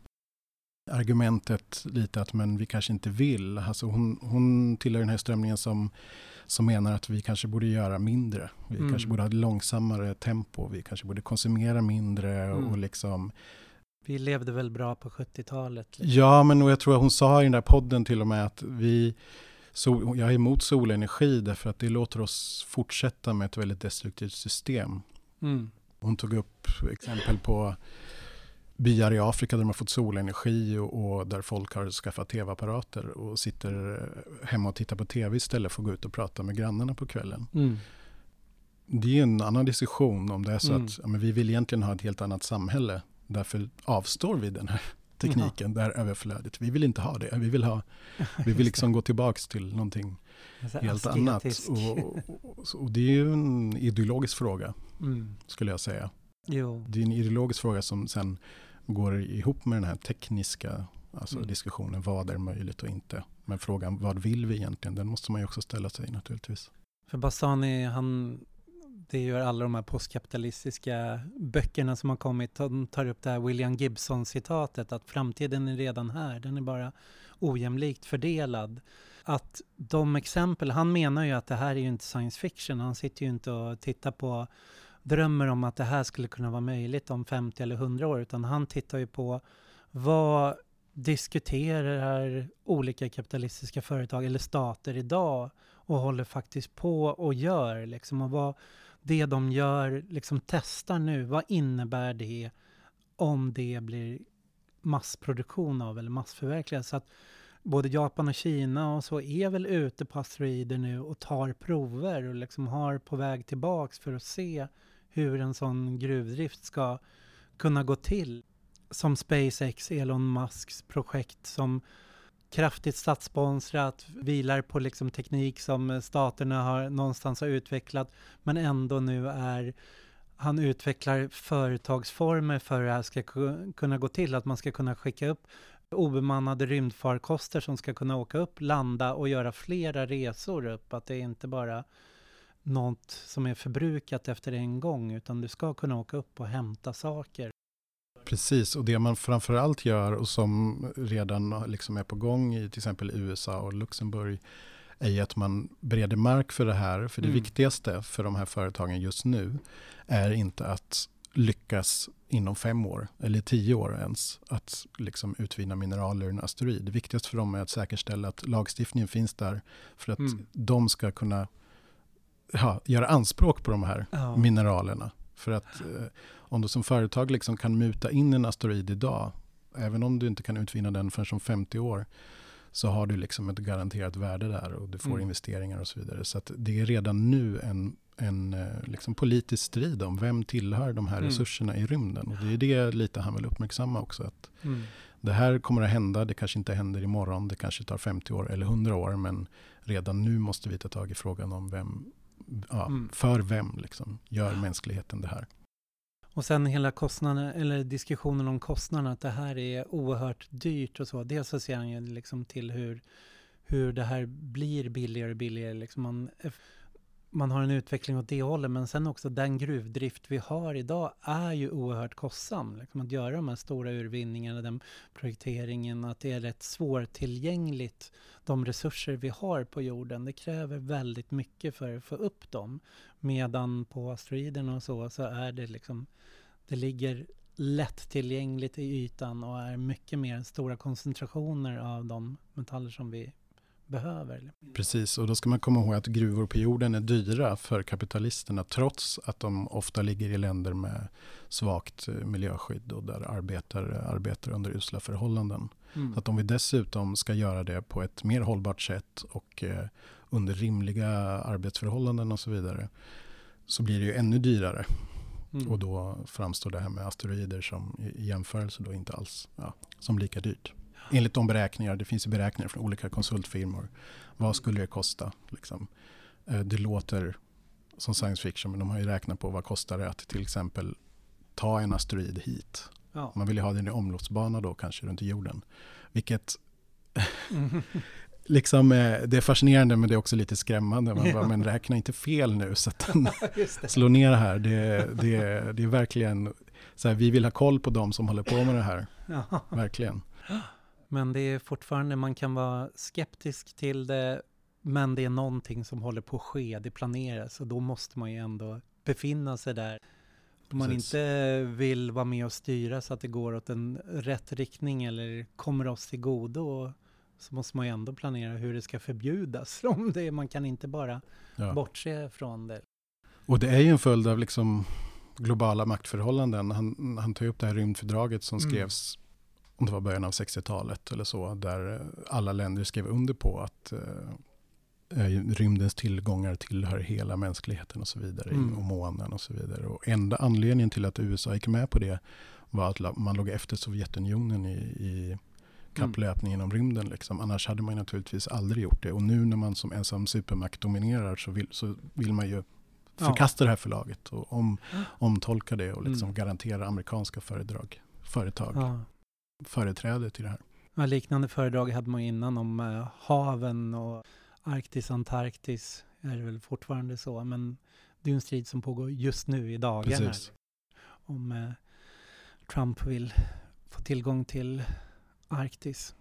argumentet lite att men vi kanske inte vill. Alltså hon, hon tillhör den här strömningen som, som menar att vi kanske borde göra mindre. Vi Mm. kanske borde ha ett långsammare tempo. Vi kanske borde konsumera mindre och, Mm. och liksom... Vi levde väl bra på sjuttiotalet. Liksom. Ja, men och jag tror att hon sa i den där podden till och med att vi... Sol, jag är emot solenergi därför att det låter oss fortsätta med ett väldigt destruktivt system. Mm. Hon tog upp exempel på byar i Afrika där de har fått solenergi och, och där folk har skaffat tv-apparater och sitter hemma och tittar på tv istället för att gå ut och prata med grannarna på kvällen. Mm. Det är en annan diskussion om det är så Mm. att ja, men vi vill egentligen ha ett helt annat samhälle. Därför avstår vi den här tekniken, det här överflödet. Vi vill inte ha det. Vi vill, ha, vi vill liksom gå tillbaka till någonting Alltså, helt asketisk. annat. Och, och, och det är ju en ideologisk fråga, Mm. skulle jag säga. Jo. Det är en ideologisk fråga som sen går ihop med den här tekniska alltså Mm. diskussionen. Vad är möjligt och inte? Men frågan, vad vill vi egentligen? Den måste man ju också ställa sig naturligtvis. För Bastani, han, det gör alla de här postkapitalistiska böckerna som har kommit. De tar upp det här William Gibson-citatet att framtiden är redan här. Den är bara ojämlikt fördelad. Att de exempel, han menar ju att det här är ju inte science fiction. Han sitter ju inte och tittar på, drömmer om att det här skulle kunna vara möjligt om femtio eller hundra år. Utan han tittar ju på vad diskuterar olika kapitalistiska företag eller stater idag och håller faktiskt på och gör. Liksom, och vad det de gör, liksom testar nu, vad innebär det om det blir massproduktion av eller massförverkligas. Så att både Japan och Kina och så är väl ute på asteroider nu och tar prover och liksom har på väg tillbaks för att se hur en sån gruvdrift ska kunna gå till. Som SpaceX, Elon Musks projekt som kraftigt statssponsrat, vilar på liksom teknik som staterna har någonstans har utvecklat, men ändå nu är, han utvecklar företagsformer för att det här ska kunna gå till, att man ska kunna skicka upp obemannade rymdfarkoster som ska kunna åka upp, landa och göra flera resor upp, att det är inte bara något som är förbrukat efter en gång, utan du ska kunna åka upp och hämta saker. Precis, och det man framförallt gör och som redan liksom är på gång i till exempel U S A och Luxemburg är att man bereder mark för det här. För det Mm. viktigaste för de här företagen just nu är inte att lyckas inom fem år eller tio år ens att liksom utvinna mineraler ur en asteroid. Det viktigaste för dem är att säkerställa att lagstiftningen finns där för att Mm. de ska kunna ja, göra anspråk på de här Ja. mineralerna. För att eh, om du som företag liksom kan muta in en asteroid idag, även om du inte kan utvinna den förrän om femtio år, så har du liksom ett garanterat värde där och du får Mm. investeringar och så vidare. Så att det är redan nu en, en eh, liksom politisk strid om vem tillhör de här Mm. resurserna i rymden. Och det är det lite han vill uppmärksamma också. Att Mm. det här kommer att hända, det kanske inte händer imorgon, det kanske tar femtio år eller hundra år, men redan nu måste vi ta tag i frågan om vem, ja, mm. för vem liksom gör mänskligheten det här. Och sen hela kostnaden, eller diskussionen om kostnaderna, att det här är oerhört dyrt och så. Dels så ser han ju liksom till hur, hur det här blir billigare och billigare. Liksom man, man har en utveckling åt det hållet, men sen också den gruvdrift vi har idag är ju oerhört kostsam. Liksom att göra de här stora urvinningarna, den projekteringen, att det är rätt svårtillgängligt, de resurser vi har på jorden. Det kräver väldigt mycket för att få upp dem. Medan på asteroiderna och så, så är det liksom, det ligger lätt tillgängligt i ytan och är mycket mer stora koncentrationer av de metaller som vi behöver. Precis, och då ska man komma ihåg att gruvor på jorden är dyra för kapitalisterna trots att de ofta ligger i länder med svagt miljöskydd och där arbetare arbetar under usla förhållanden. Mm. Så att om vi dessutom ska göra det på ett mer hållbart sätt och eh, under rimliga arbetsförhållanden och så vidare, så blir det ju ännu dyrare. Mm. Och då framstår det här med asteroider som i jämförelse då inte alls ja, som lika dyrt. Enligt de beräkningar, det finns ju beräkningar från olika konsultfirmor. Vad skulle det kosta? Liksom? Det låter som science fiction, men de har ju räknat på vad kostar det att till exempel ta en asteroid hit. Ja. Man vill ju ha den i omloppsbana då kanske runt jorden. Vilket mm. liksom, det är fascinerande, men det är också lite skrämmande. Man bara, men räkna inte fel nu så att den slår ner här. Det, det, det är verkligen så här, vi vill ha koll på dem som håller på med det här. Ja. Verkligen. Men det är fortfarande, man kan vara skeptisk till det, men det är någonting som håller på att ske, det planeras, och då måste man ju ändå befinna sig där. Om man Precis. inte vill vara med och styra så att det går åt en rätt riktning eller kommer oss till godo, så måste man ju ändå planera hur det ska förbjudas. Om det, man kan inte bara ja. bortse från det. Och det är ju en följd av liksom globala maktförhållanden. Han, han tar upp det här rymdfördraget som skrevs mm. om det var början av sextiotalet eller så, där alla länder skrev under på att eh, rymdens tillgångar tillhör hela mänskligheten och så vidare, mm. och månen och så vidare. Och enda anledningen till att U S A gick med på det var att man låg efter Sovjetunionen i, i kapplöpningen mm. om rymden. Liksom. Annars hade man naturligtvis aldrig gjort det. Och nu när man som ensam supermakt dominerar så vill, så vill man ju förkasta ja. det här förlaget och om, omtolka det och liksom mm. garantera amerikanska föredrag, företag. Ja. företräde till det här. Ja, liknande föredrag hade man innan om eh, haven och Arktis, Antarktis är det väl fortfarande så, men det är en strid som pågår just nu i dagarna. Precis. Om eh, Trump vill få tillgång till Arktis.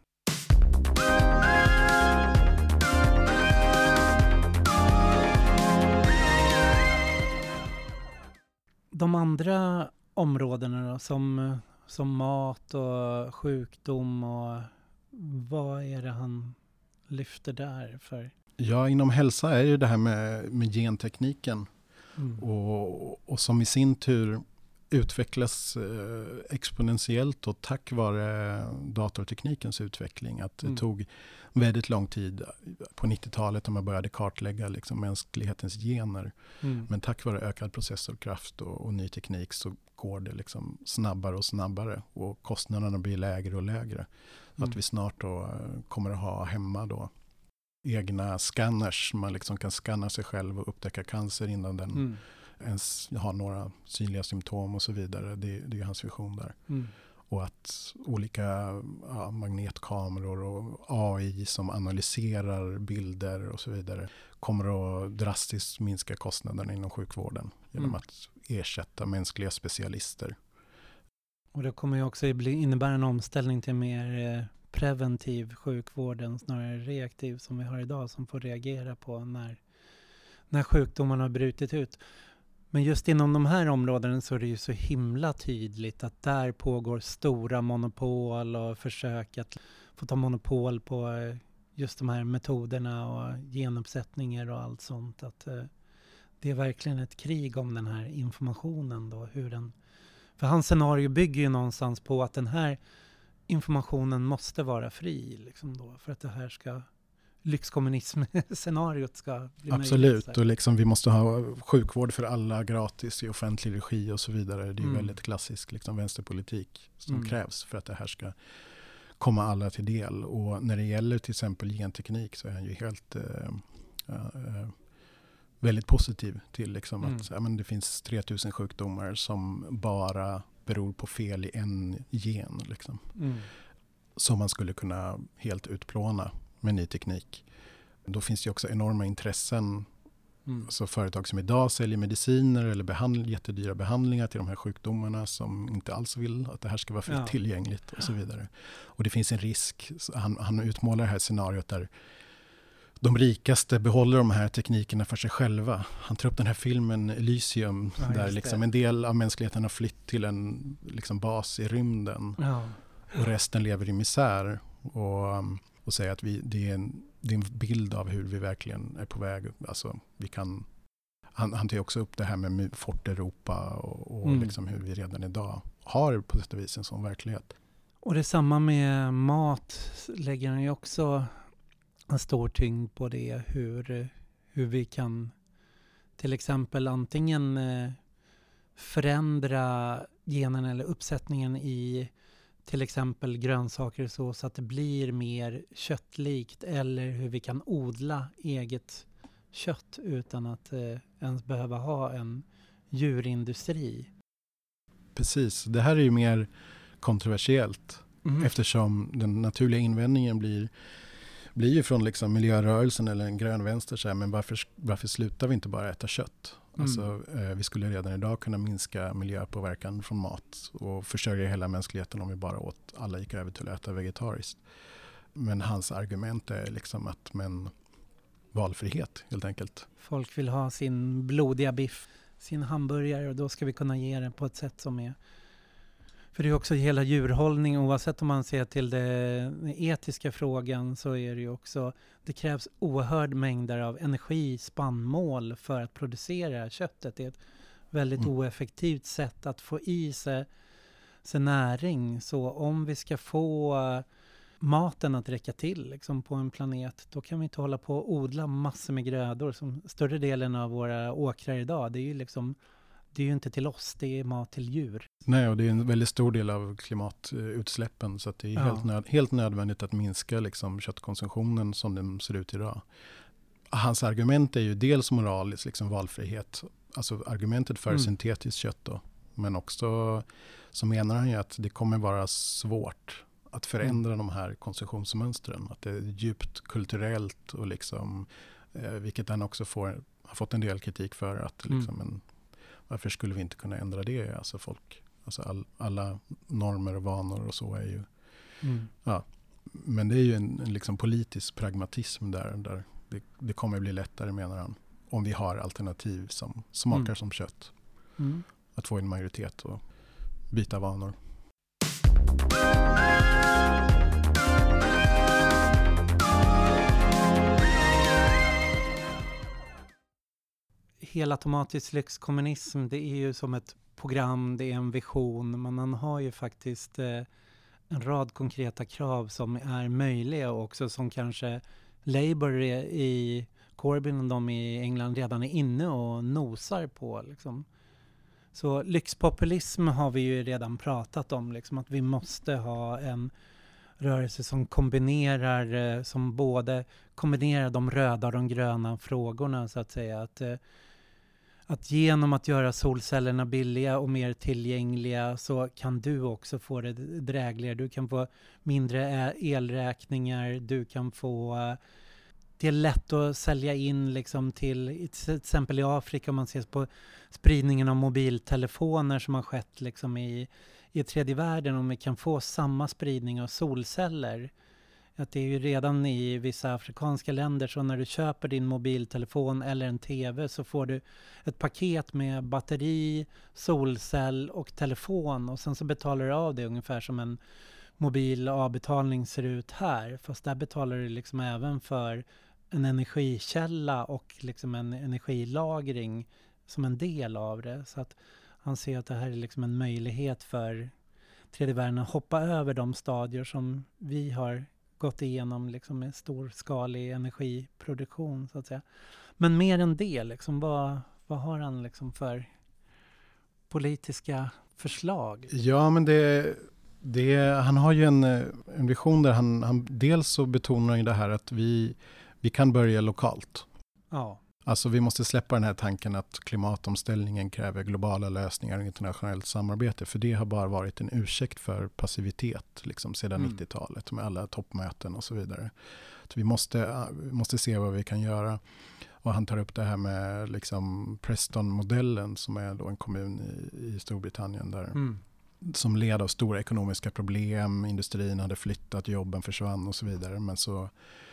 De andra områdena då, som Som mat och sjukdom, och vad är det han lyfter där för? Ja, inom hälsa är ju det här med, med gentekniken mm. och, och som i sin tur utvecklas eh, exponentiellt och tack vare datorteknikens utveckling. Att mm. det tog väldigt lång tid på nittiotalet när man började kartlägga liksom mänsklighetens gener. Mm. Men tack vare ökad processorkraft och, och ny teknik så går det liksom snabbare och snabbare och kostnaderna blir lägre och lägre. Mm. Att vi snart då kommer att ha hemma då egna scanners. Man liksom kan scanna sig själv och upptäcka cancer innan den mm. ens har några synliga symptom och så vidare. Det, det är hans vision där. Mm. Och att olika ja, magnetkameror och A I som analyserar bilder och så vidare kommer att drastiskt minska kostnaderna inom sjukvården genom mm. att ersätta mänskliga specialister. Och det kommer ju också innebära en omställning till mer preventiv sjukvård än snarare reaktiv som vi har idag, som får reagera på när, när sjukdomarna har brutit ut. Men just inom de här områdena så är det ju så himla tydligt att där pågår stora monopol och försök att få ta monopol på just de här metoderna och genuppsättningar och allt sånt. Att eh, det är verkligen ett krig om den här informationen då. Hur den, för hans scenario bygger ju någonstans på att den här informationen måste vara fri liksom då, för att det här ska lyxkommunism-scenariot ska bli Absolut, möjligt, och liksom vi måste ha sjukvård för alla gratis i offentlig regi och så vidare. Det är mm. väldigt klassisk liksom, vänsterpolitik som mm. krävs för att det här ska komma alla till del. Och när det gäller till exempel genteknik så är han ju helt eh, eh, väldigt positiv till liksom mm. att ja, men det finns tre tusen sjukdomar som bara beror på fel i en gen. Liksom. Mm. Som man skulle kunna helt utplåna med ny teknik. Då finns det också enorma intressen. Mm. Så företag som idag säljer mediciner eller behandl- jättedyra behandlingar till de här sjukdomarna som inte alls vill att det här ska vara fritt ja. tillgängligt och så vidare. Och det finns en risk. Han, han utmålar det här scenariot där de rikaste behåller de här teknikerna för sig själva. Han tar upp den här filmen Elysium ja, där liksom en del av mänskligheten har flytt till en liksom bas i rymden. Ja. Och resten lever i misär. Och, och säger att vi, det, är en, det är en bild av hur vi verkligen är på väg. Alltså, vi kan, han, han tar också upp det här med Fort Europa och, och mm. liksom hur vi redan idag har på sätt och vis en sån verklighet. Och det samma med mat lägger han ju också en stor tyngd på det. Hur, hur vi kan till exempel antingen förändra genen eller uppsättningen i till exempel grönsaker så, så att det blir mer köttlikt, eller hur vi kan odla eget kött utan att eh, ens behöva ha en djurindustri. Precis, det här är ju mer kontroversiellt mm. eftersom den naturliga invändningen blir, blir ju från liksom miljörörelsen eller en grön vänster så här, men varför, varför slutar vi inte bara äta kött? Mm. Alltså, eh, vi skulle redan idag kunna minska miljöpåverkan från mat och försörja hela mänskligheten om vi bara åt, alla gick över till att äta vegetariskt. Men hans argument är liksom att men valfrihet helt enkelt. Folk vill ha sin blodiga biff, sin hamburgare, och då ska vi kunna ge det på ett sätt som är... För det är också hela djurhållning, oavsett om man ser till det, den etiska frågan, så är det ju också, det krävs oerhörd mängder av energi, spannmål för att producera köttet. Det är ett väldigt mm. oeffektivt sätt att få i sig, sig näring. Så om vi ska få maten att räcka till liksom på en planet, då kan vi inte hålla på och odla massor med grödor. Som större delen av våra åkrar idag, det är ju liksom... Det är ju inte till oss, det är mat till djur. Nej, och det är en väldigt stor del av klimatutsläppen, så att det är ja. helt, nöd, helt nödvändigt att minska liksom köttkonsumtionen som den ser ut idag. Hans argument är ju dels moraliskt, liksom valfrihet, alltså argumentet för mm. syntetiskt kött då, men också så menar han ju att det kommer vara svårt att förändra mm. de här konsumtionsmönstren, att det är djupt kulturellt och liksom, eh, vilket han också får, har fått en del kritik för att liksom mm. en varför skulle vi inte kunna ändra det? Alltså folk, alltså all, alla normer och vanor och så är ju... Mm. Ja, men det är ju en, en liksom politisk pragmatism där. där det, det kommer bli lättare, menar han, om vi har alternativ som smakar mm. som kött. Mm. Att få en majoritet och byta vanor. Helautomatisk lyxkommunism, det är ju som ett program, det är en vision, men man har ju faktiskt eh, en rad konkreta krav som är möjliga och också som kanske Labour i Corbyn och de i England redan är inne och nosar på. Liksom. Så lyxpopulism har vi ju redan pratat om, liksom, att vi måste ha en rörelse som kombinerar, eh, som både kombinerar de röda och de gröna frågorna, så att säga. Att eh, Att genom att göra solcellerna billiga och mer tillgängliga så kan du också få det drägligare. Du kan få mindre elräkningar, du kan få... Det är lätt att sälja in liksom till, till exempel i Afrika, om man ser på spridningen av mobiltelefoner som har skett liksom i, i tredje världen, om vi kan få samma spridning av solceller. Att det är ju redan i vissa afrikanska länder, så när du köper din mobiltelefon eller en tv så får du ett paket med batteri, solcell och telefon, och sen så betalar du av det ungefär som en mobil avbetalning ser ut här. Fast där betalar du liksom även för en energikälla och liksom en energilagring som en del av det. Så att han ser att det här är liksom en möjlighet för tredje världen att hoppa över de stadier som vi har gått igenom liksom med storskalig energiproduktion, så att säga. Men mer än det, liksom, vad, vad har han liksom för politiska förslag? Ja, men det, Det, han har ju en, en vision där han, han dels så betonar ju det här att vi, vi kan börja lokalt. Ja. Alltså vi måste släppa den här tanken att klimatomställningen kräver globala lösningar och internationellt samarbete. För det har bara varit en ursäkt för passivitet liksom, sedan mm. nittiotalet med alla toppmöten och så vidare. Så vi måste, vi måste se vad vi kan göra. Och han tar upp det här med liksom Preston-modellen som är då en kommun i, i Storbritannien där. Mm. Som led av stora ekonomiska problem. Industrin hade flyttat, jobben försvann och så vidare. Men så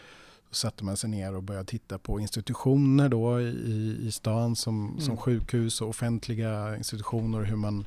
Så satte man sig ner och började titta på institutioner då i, i stan som, mm. som sjukhus och offentliga institutioner. Hur man,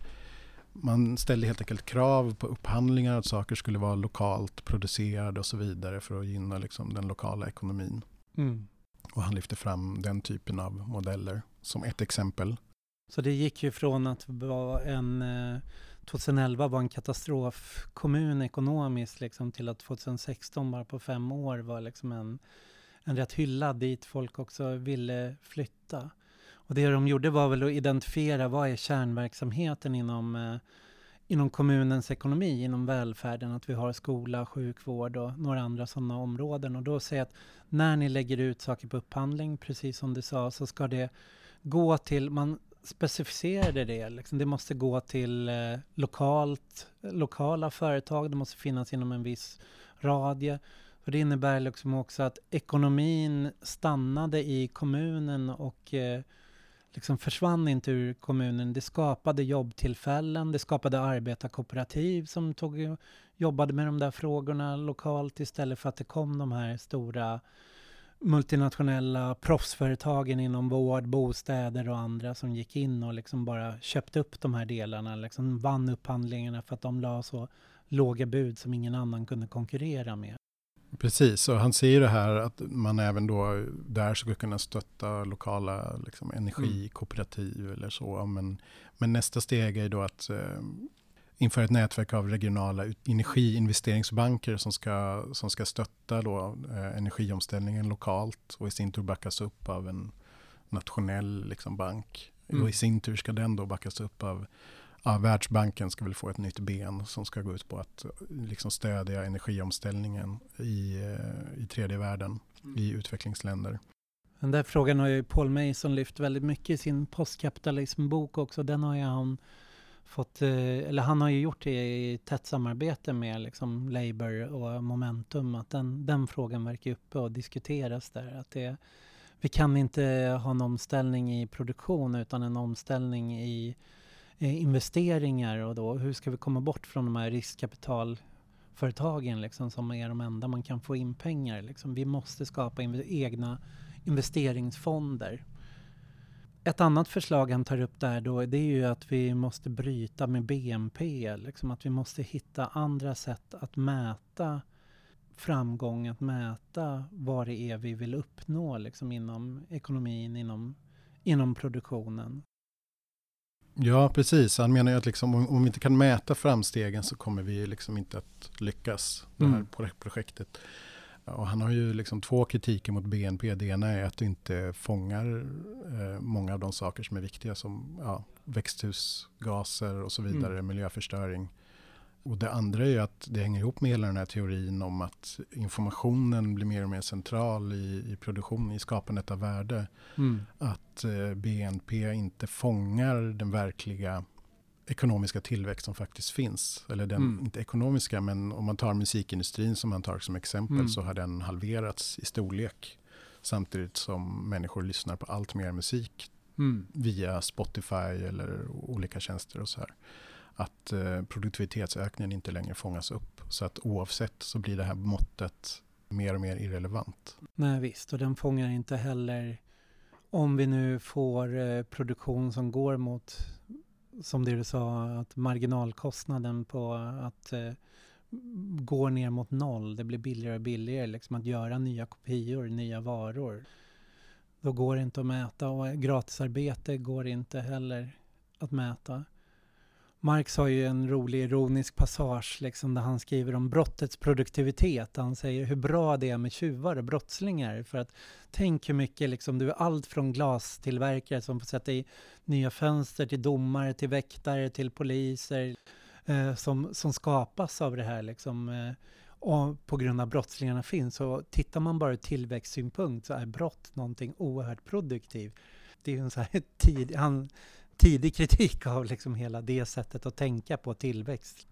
man ställde helt enkelt krav på upphandlingar, att saker skulle vara lokalt producerade och så vidare för att gynna liksom den lokala ekonomin. Mm. Och han lyfte fram den typen av modeller som ett exempel. Så det gick ju från att vara en... tjugoelva var en katastrofkommun ekonomiskt liksom, till att tjugohundrasexton bara på fem år var liksom en, en rätt hyllad dit folk också ville flytta. Och det de gjorde var väl att identifiera vad är kärnverksamheten inom, eh, inom kommunens ekonomi, inom välfärden, att vi har skola, sjukvård och några andra sådana områden. Och då säger att när ni lägger ut saker på upphandling, precis som du sa, så ska det gå till... man specificerade det. Liksom. Det måste gå till eh, lokalt, lokala företag. Det måste finnas inom en viss radie. För det innebär liksom också att ekonomin stannade i kommunen och eh, liksom försvann inte ur kommunen. Det skapade jobbtillfällen. Det skapade arbetarkooperativ som tog, jobbade med de där frågorna lokalt istället för att det kom de här stora multinationella proffsföretagen inom vård, bostäder och andra som gick in och liksom bara köpte upp de här delarna, liksom vann upphandlingarna för att de la så låga bud som ingen annan kunde konkurrera med. Precis, och han säger det här att man även då där skulle kunna stötta lokala liksom, energikooperativ mm. eller så. Men, men nästa steg är då att eh, införa ett nätverk av regionala energiinvesteringsbanker som ska, som ska stötta då, eh, energiomställningen lokalt och i sin tur backas upp av en nationell liksom, bank. Mm. Och i sin tur ska den då backas upp av ja, Världsbanken ska väl få ett nytt ben som ska gå ut på att liksom, stödja energiomställningen i, i tredje världen, mm. i utvecklingsländer. Den där frågan har ju Paul Mason lyft väldigt mycket i sin postkapitalismbok också. Den har ju han fått, eller han har ju gjort det i tätt samarbete med liksom Labour och Momentum, att den, den frågan verkar uppe och diskuteras där. Att det, vi kan inte ha en omställning i produktion utan en omställning i investeringar, och då hur ska vi komma bort från de här riskkapitalföretagen liksom, som är de enda man kan få in pengar. Liksom. Vi måste skapa inv- egna investeringsfonder. Ett annat förslag han tar upp där då, det är ju att vi måste bryta med B N P. Liksom, att vi måste hitta andra sätt att mäta framgång, att mäta vad det är vi vill uppnå liksom, inom ekonomin, inom, inom produktionen. Ja, precis. Han menar ju att liksom, om, om vi inte kan mäta framstegen så kommer vi liksom inte att lyckas det här mm. projektet. Och han har ju liksom två kritiker mot B N P. Det ena är att det inte fångar eh, många av de saker som är viktiga som ja, växthusgaser och så vidare, mm. miljöförstöring. Och det andra är ju att det hänger ihop med hela den här teorin om att informationen blir mer och mer central i, i produktion, i skapandet av värde. Mm. Att eh, B N P inte fångar den verkliga ekonomiska tillväxt som faktiskt finns. Eller den, mm. inte ekonomiska, men om man tar musikindustrin som man tar som exempel mm. så har den halverats i storlek. Samtidigt som människor lyssnar på allt mer musik mm. via Spotify eller olika tjänster och så här. Att eh, produktivitetsökningen inte längre fångas upp. Så att oavsett så blir det här måttet mer och mer irrelevant. Nej visst, och den fångar inte heller, om vi nu får eh, produktion som går mot, som det du sa, att marginalkostnaden på att eh, går ner mot noll, det blir billigare och billigare liksom, att göra nya kopior, nya varor. Då går det inte att mäta, och gratisarbete går inte heller att mäta. Marx har ju en rolig ironisk passage liksom, där han skriver om brottets produktivitet. Han säger hur bra det är med tjuvar och brottslingar. För att tänk hur mycket liksom, du är allt från glastillverkare som får sätta i nya fönster till domare, till väktare, till poliser. eh, som, som skapas av det här liksom, eh, och på grund av brottslingarna finns. Så tittar man bara ur tillväxtsynpunkt så är brott någonting oerhört produktivt. Det är ju en så här tid, han, tidig kritik av liksom hela det sättet att tänka på tillväxt.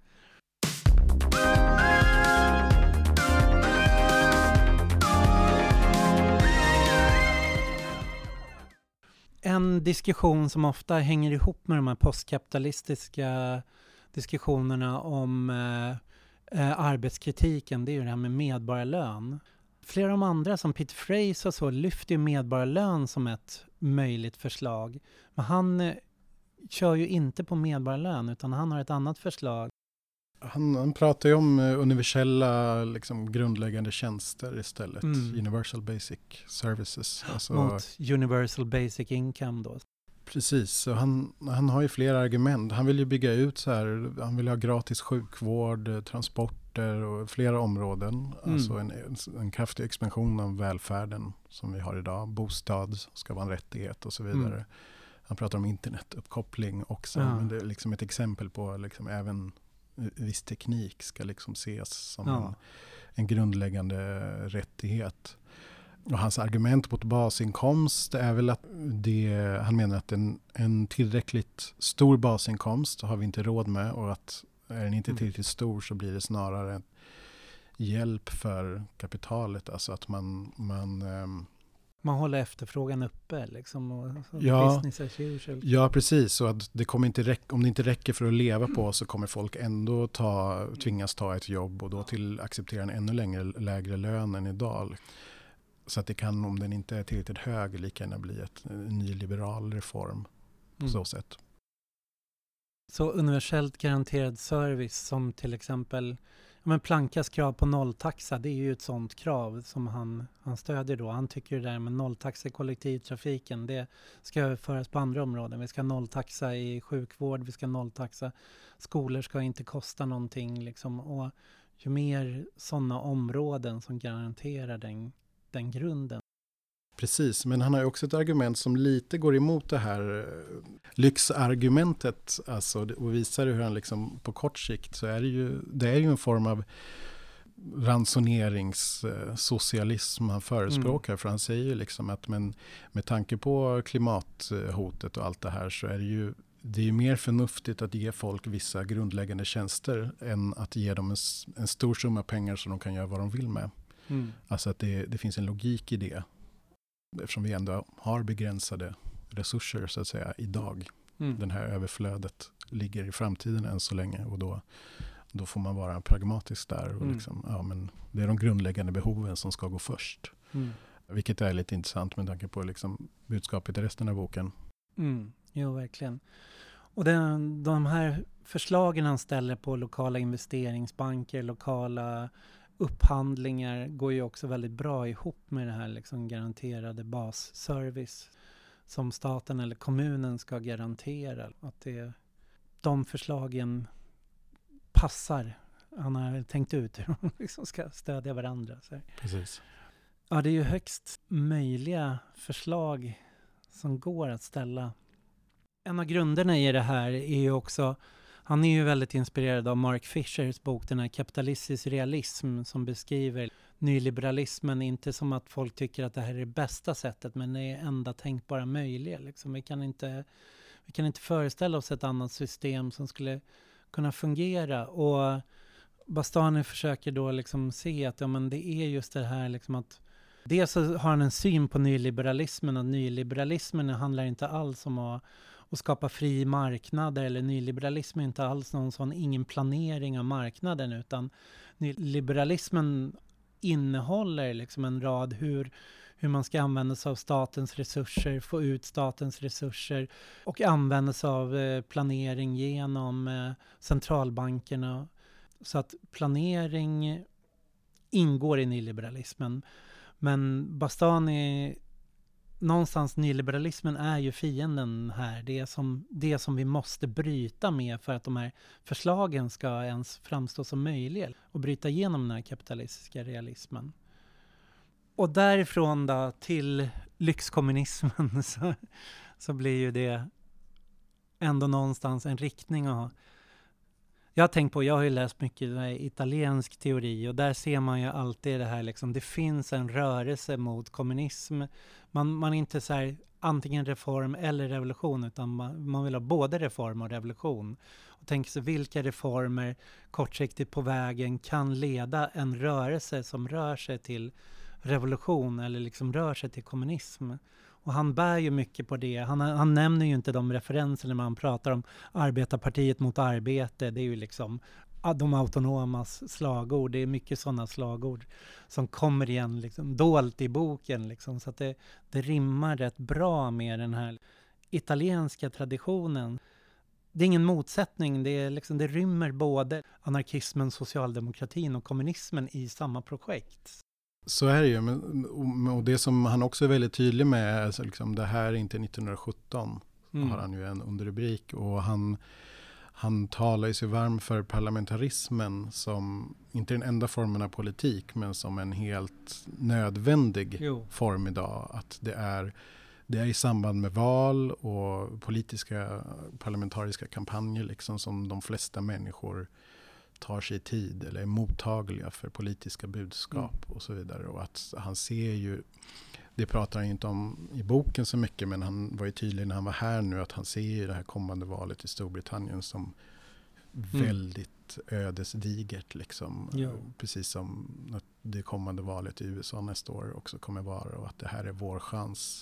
En diskussion som ofta hänger ihop med de här postkapitalistiska diskussionerna om eh, eh, arbetskritiken, det är ju det här med medborgarlön. Flera av de andra som Peter Fraser och så lyfter ju medborgarlön som ett möjligt förslag. Men han eh, kör ju inte på medborgarlön utan han har ett annat förslag. Han, han pratar ju om universella liksom, grundläggande tjänster istället. Mm. Universal Basic Services. Alltså, mot Universal Basic Income då. Precis, så han, han har ju flera argument. Han vill ju bygga ut så här, han vill ha gratis sjukvård, transporter och flera områden. Mm. Alltså en, en kraftig expansion av välfärden som vi har idag. Bostad ska vara en rättighet och så vidare. Mm. Han pratar om internetuppkoppling också. Ja. Men det är liksom ett exempel på liksom även viss teknik ska liksom ses som ja. en, en grundläggande rättighet. Och hans argument mot basinkomst är väl att det, han menar att en, en tillräckligt stor basinkomst har vi inte råd med och att är den inte tillräckligt stor så blir det snarare en hjälp för kapitalet. Alltså att man... man um, Man håller efterfrågan uppe liksom och ja, business as usual. Ja, precis. Så att det kommer inte räcka, om det inte räcker för att leva på så kommer folk ändå ta, tvingas ta ett jobb och då till acceptera en ännu längre, lägre lön än idag. Så att det kan, om den inte är tillräckligt hög, lika gärna bli ett, en nyliberal reform på mm. så sätt. Så universellt garanterad service som till exempel ja, men Plankas krav på nolltaxa, det är ju ett sånt krav som han, han stödjer då. Han tycker det där med nolltaxa i kollektivtrafiken, det ska föras på andra områden. Vi ska nolltaxa i sjukvård, vi ska nolltaxa. Skolor ska inte kosta någonting liksom. Och ju mer sådana områden som garanterar den, den grunden. Precis, men han har ju också ett argument som lite går emot det här lyxargumentet, alltså, och visar hur han liksom på kort sikt så är det ju, det är ju en form av ransoneringssocialism han förespråkar, mm. för han säger ju liksom att men, med tanke på klimathotet och allt det här så är det ju det är ju mer förnuftigt att ge folk vissa grundläggande tjänster än att ge dem en, en stor summa pengar som de kan göra vad de vill med. Mm. Alltså att det, det finns en logik i det. Eftersom vi ändå har begränsade resurser så att säga idag. Mm. Den här överflödet ligger i framtiden än så länge och då, då får man vara pragmatisk där. Och mm. liksom, ja, men det är de grundläggande behoven som ska gå först. Mm. Vilket är lite intressant med tanke på liksom budskapet i resten av boken. Mm. Jo, verkligen. Och den, de här förslagen han ställer på lokala investeringsbanker, lokala upphandlingar går ju också väldigt bra ihop med det här liksom garanterade basservice som staten eller kommunen ska garantera. Att det, de förslagen passar. Han har tänkt ut hur de liksom ska stödja varandra. Så. Precis. Ja, det är ju högst möjliga förslag som går att ställa. En av grunderna i det här är ju också, han är ju väldigt inspirerad av Mark Fishers bok, den här Kapitalistisk realism, som beskriver nyliberalismen inte som att folk tycker att det här är det bästa sättet, men det är enda tänkbara möjliga. Liksom. Vi kan inte, vi kan inte föreställa oss ett annat system som skulle kunna fungera. Och Bastani försöker då liksom se att ja, men det är just det här liksom att dels så har han en syn på nyliberalismen, och nyliberalismen handlar inte alls om att, att skapa fri marknader, eller nyliberalismen är inte alls någon sån, ingen planering av marknaden, utan nyliberalismen innehåller liksom en rad hur, hur man ska använda sig av statens resurser, få ut statens resurser och använda sig av eh, planering genom eh, centralbankerna. Så att planering ingår i nyliberalismen. Men Bastani, någonstans nyliberalismen är ju fienden här. Det är som, det som vi måste bryta med för att de här förslagen ska ens framstå som möjliga. Och bryta igenom den här kapitalistiska realismen. Och därifrån då till lyxkommunismen så, så blir ju det ändå någonstans en riktning. Och Jag har tänkt på, jag har ju läst mycket italiensk teori och där ser man ju alltid det här liksom, det finns en rörelse mot kommunism. Man, man är inte så här antingen reform eller revolution, utan man, man vill ha både reform och revolution. Och tänker sig vilka reformer kortsiktigt på vägen kan leda en rörelse som rör sig till revolution eller liksom rör sig till kommunism. Och han bär ju mycket på det. Han, han nämner ju inte de referenserna när man pratar om arbetarpartiet mot arbete. Det är ju liksom de autonomas slagord. Det är mycket sådana slagord som kommer igen liksom, dolt i boken. Liksom, så att det, det rimmar rätt bra med den här italienska traditionen. Det är ingen motsättning. Det, är liksom, det rymmer både anarkismen, socialdemokratin och kommunismen i samma projekt. Så är det ju, men, och det som han också är väldigt tydlig med är alltså liksom, det här är inte nittonhundrasjutton, mm. har han ju en underrubrik, och han, han talar ju sig varm för parlamentarismen som inte den enda formen av politik, men som en helt nödvändig jo. form idag, att det är, det är i samband med val och politiska parlamentariska kampanjer liksom, som de flesta människor tar sig tid eller är mottagliga för politiska budskap mm. och så vidare. Och att han ser ju, det pratar han inte om i boken så mycket, men han var ju tydlig när han var här nu att han ser ju det här kommande valet i Storbritannien som mm. väldigt ödesdigert liksom. Ja. Precis som att det kommande valet i U S A nästa år också kommer vara, och att det här är vår chans.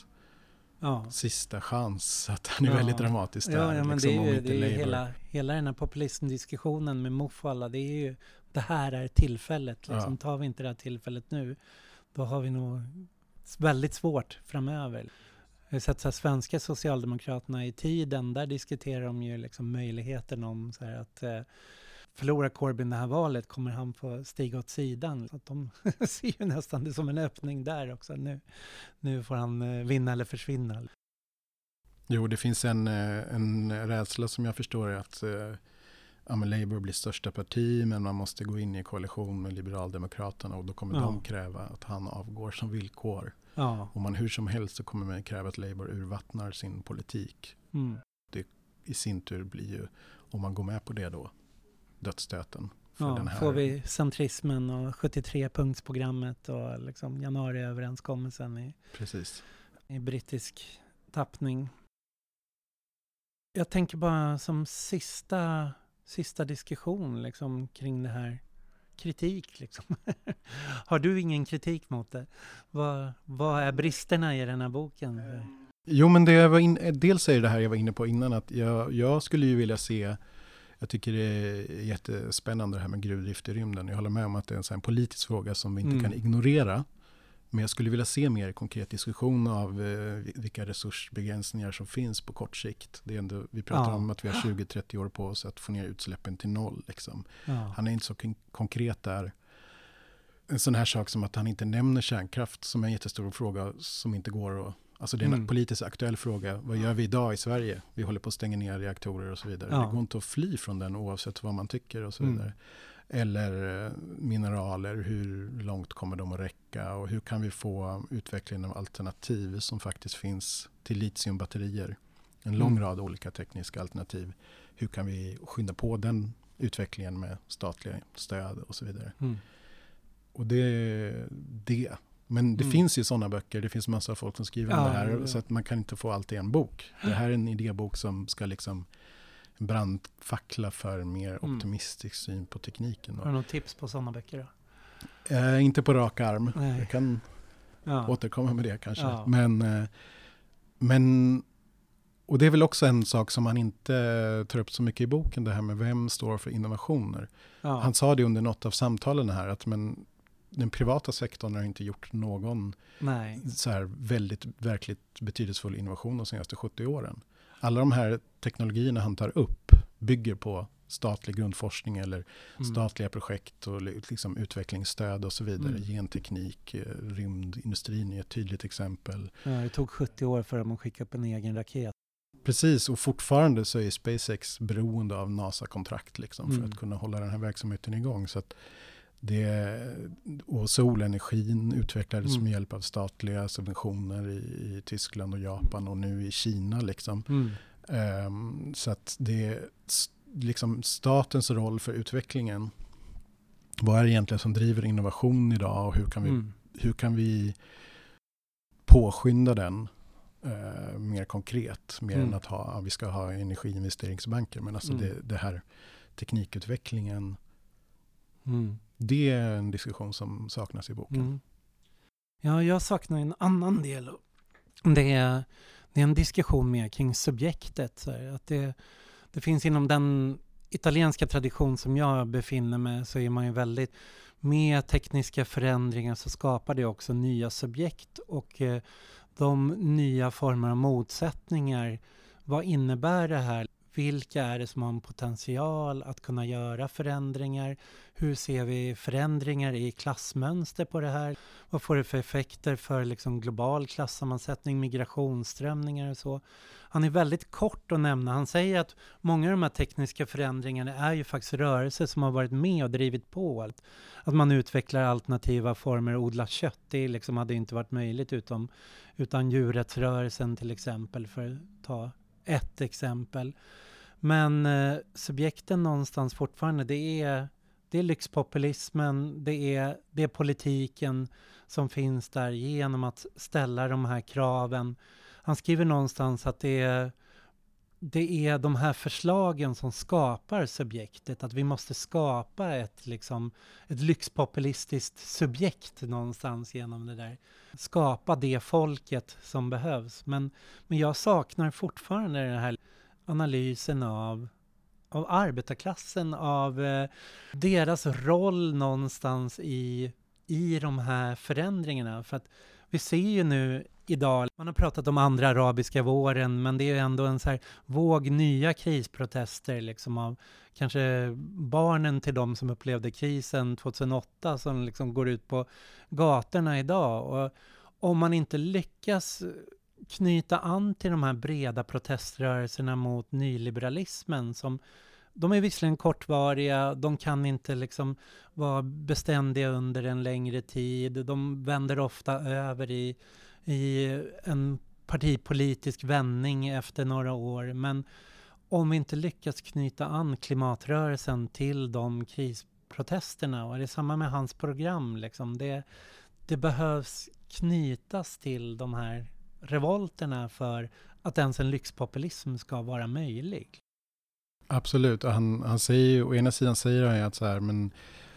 Ja. Sista chans, att han är ja. väldigt dramatisk där. Ja, ja, men liksom, det är ju, det är ju hela, hela den här populismdiskussionen med M O F och alla, det är ju, det här är tillfället. Liksom. Ja. Tar vi inte det här tillfället nu, då har vi nog väldigt svårt framöver. Jag har sett så här, svenska socialdemokraterna i tiden, där diskuterar de ju liksom möjligheten om så här, att eh, förlorar Corbyn det här valet, kommer han få stiga åt sidan. Så att de ser ju nästan det som en öppning där också. Nu, nu får han eh, vinna eller försvinna. Jo, det finns en, en rädsla som jag förstår är att eh, ja, men Labour blir största parti, men man måste gå in i koalition med Liberaldemokraterna, och då kommer ja. de kräva att han avgår som villkor. Ja. Och man hur som helst så kommer man kräva att Labour urvattnar sin politik. Mm. Det i sin tur blir ju, om man går med på det då, dödsstöten. För ja, den här... får vi centrismen och sjuttiotre-punktsprogrammet och liksom januariöverenskommelsen i, Precis. i brittisk tappning. Jag tänker bara som sista, sista diskussion liksom, kring det här, kritik liksom. Har du ingen kritik mot det? Vad, vad är bristerna i den här boken? Jo, men det jag var in, dels är det här jag var inne på innan, att jag, jag skulle ju vilja se, jag tycker det är jättespännande det här med gruvdrift i rymden. Jag håller med om att det är en sån politisk fråga som vi inte mm. kan ignorera. Men jag skulle vilja se mer konkret diskussion av eh, vilka resursbegränsningar som finns på kort sikt. Det är ändå, vi pratar ja. om att vi har tjugo till trettio år på oss att få ner utsläppen till noll. Liksom. Ja. Han är inte så kon- konkret där. En sån här sak som att han inte nämner kärnkraft som är en jättestor fråga som inte går att... Alltså det är en mm. politiskt aktuell fråga. Vad gör vi idag i Sverige? Vi håller på att stänga ner reaktorer och så vidare. Ja. Det går inte att fly från den oavsett vad man tycker och så vidare. Mm. Eller mineraler, hur långt kommer de att räcka? Och hur kan vi få utvecklingen av alternativ som faktiskt finns till litiumbatterier? En lång mm. rad olika tekniska alternativ. Hur kan vi skynda på den utvecklingen med statliga stöd och så vidare? Mm. Och det är det. Men det mm. finns ju sådana böcker, det finns massa folk som skriver ja, om det här, ja. så att man kan inte få allt i en bok. Det här är en idébok som ska liksom brandfackla för mer mm. optimistisk syn på tekniken. Då. Har du något tips på sådana böcker då? Eh, inte på rak arm. Nej. Jag kan ja. återkomma med det kanske. Ja. Men, eh, men, och det är väl också en sak som han inte tar upp så mycket i boken, det här med vem står för innovationer. Ja. Han sa det under något av samtalen här, att men den privata sektorn har inte gjort någon Nej. så här väldigt verkligt betydelsefull innovation de senaste sjuttio åren. Alla de här teknologierna han tar upp bygger på statlig grundforskning eller mm. statliga projekt och liksom utvecklingsstöd och så vidare. Mm. Genteknik, rymdindustrin är ett tydligt exempel. Ja, det tog sjuttio år för dem att skicka upp en egen raket. Precis, och fortfarande så är SpaceX beroende av NASA-kontrakt liksom, mm. för att kunna hålla den här verksamheten igång. Så att det, och solenergin utvecklades mm. med hjälp av statliga subventioner i, i Tyskland och Japan och nu i Kina. Liksom. Mm. Um, så att det, liksom statens roll för utvecklingen. Vad är det egentligen som driver innovation idag och hur kan vi, mm. hur kan vi påskynda den eh, mer konkret, mer mm. än att ha, vi ska ha energiinvesteringsbanker, men alltså mm. det, det här teknikutvecklingen, mm. det är en diskussion som saknas i boken. Mm. Ja, jag saknar en annan del. Det är, det är en diskussion mer kring subjektet. Så här, att det, det finns inom den italienska tradition som jag befinner mig, så är man ju väldigt, med tekniska förändringar så skapar det också nya subjekt och eh, de nya former av motsättningar. Vad innebär det här? Vilka är det som har en potential att kunna göra förändringar? Hur ser vi förändringar i klassmönster på det här? Vad får det för effekter för liksom global klassammansättning, migrationsströmningar och så? Han är väldigt kort att nämna. Han säger att många av de här tekniska förändringarna är ju faktiskt rörelser som har varit med och drivit på allt. Att man utvecklar alternativa former att odla kött, det liksom hade inte varit möjligt utom, utan djurrättsrörelsen till exempel, för att ta ett exempel. Men eh, subjekten någonstans fortfarande, det är, det är lyxpopulismen, det är, det är politiken som finns där genom att ställa de här kraven. Han skriver någonstans att det är, det är de här förslagen som skapar subjektet, att vi måste skapa ett, liksom, ett lyxpopulistiskt subjekt någonstans genom det där. Skapa det folket som behövs. Men, men jag saknar fortfarande den här analysen av, av arbetarklassen, av eh, deras roll någonstans i, i de här förändringarna. För att vi ser ju nu idag, man har pratat om andra arabiska våren, men det är ju ändå en så här våg nya krisprotester liksom av kanske barnen till de som upplevde krisen tjugohundraåtta som liksom går ut på gatorna idag. Och om man inte lyckas knyta an till de här breda proteströrelserna mot nyliberalismen, som de är visserligen kortvariga, de kan inte liksom vara beständiga under en längre tid, de vänder ofta över i, i en partipolitisk vändning efter några år, men om vi inte lyckas knyta an klimatrörelsen till de krisprotesterna, och det är samma med hans program, liksom, det, det behövs knytas till de här revolterna för att ens en lyxpopulism ska vara möjlig. Absolut, han, han säger ju, å ena sidan säger han ju att så här, men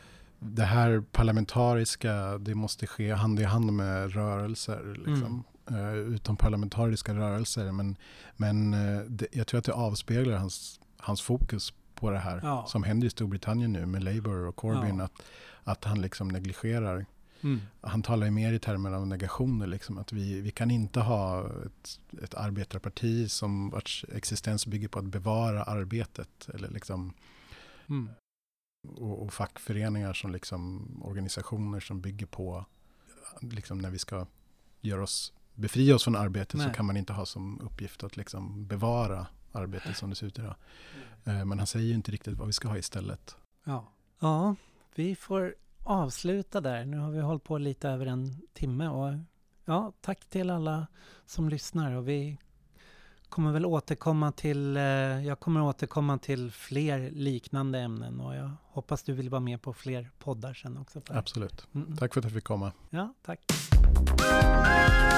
det här parlamentariska, det måste ske hand i hand med rörelser, liksom, mm. uh, utom parlamentariska rörelser, men, men uh, det, jag tror att det avspeglar hans, hans fokus på det här, ja. Som händer i Storbritannien nu med Labour och Corbyn, ja. att, att han liksom negligerar. Mm. Han talar ju mer i termer av negationer, liksom, att vi, vi kan inte ha ett, ett arbetarparti som vars existens bygger på att bevara arbetet, eller liksom mm. och, och fackföreningar som liksom organisationer som bygger på liksom när vi ska göra oss, befria oss från arbetet. Nej. Så kan man inte ha som uppgift att liksom bevara arbetet som det ser ut idag. Mm. Men han säger ju inte riktigt vad vi ska ha istället. Ja, ja vi får avsluta där. Nu har vi hållit på lite över en timme, och ja, tack till alla som lyssnar, och vi kommer väl återkomma till eh, jag kommer återkomma till fler liknande ämnen, och jag hoppas du vill vara med på fler poddar sen också. Absolut. Mm. Tack för att du fick komma. Ja, tack.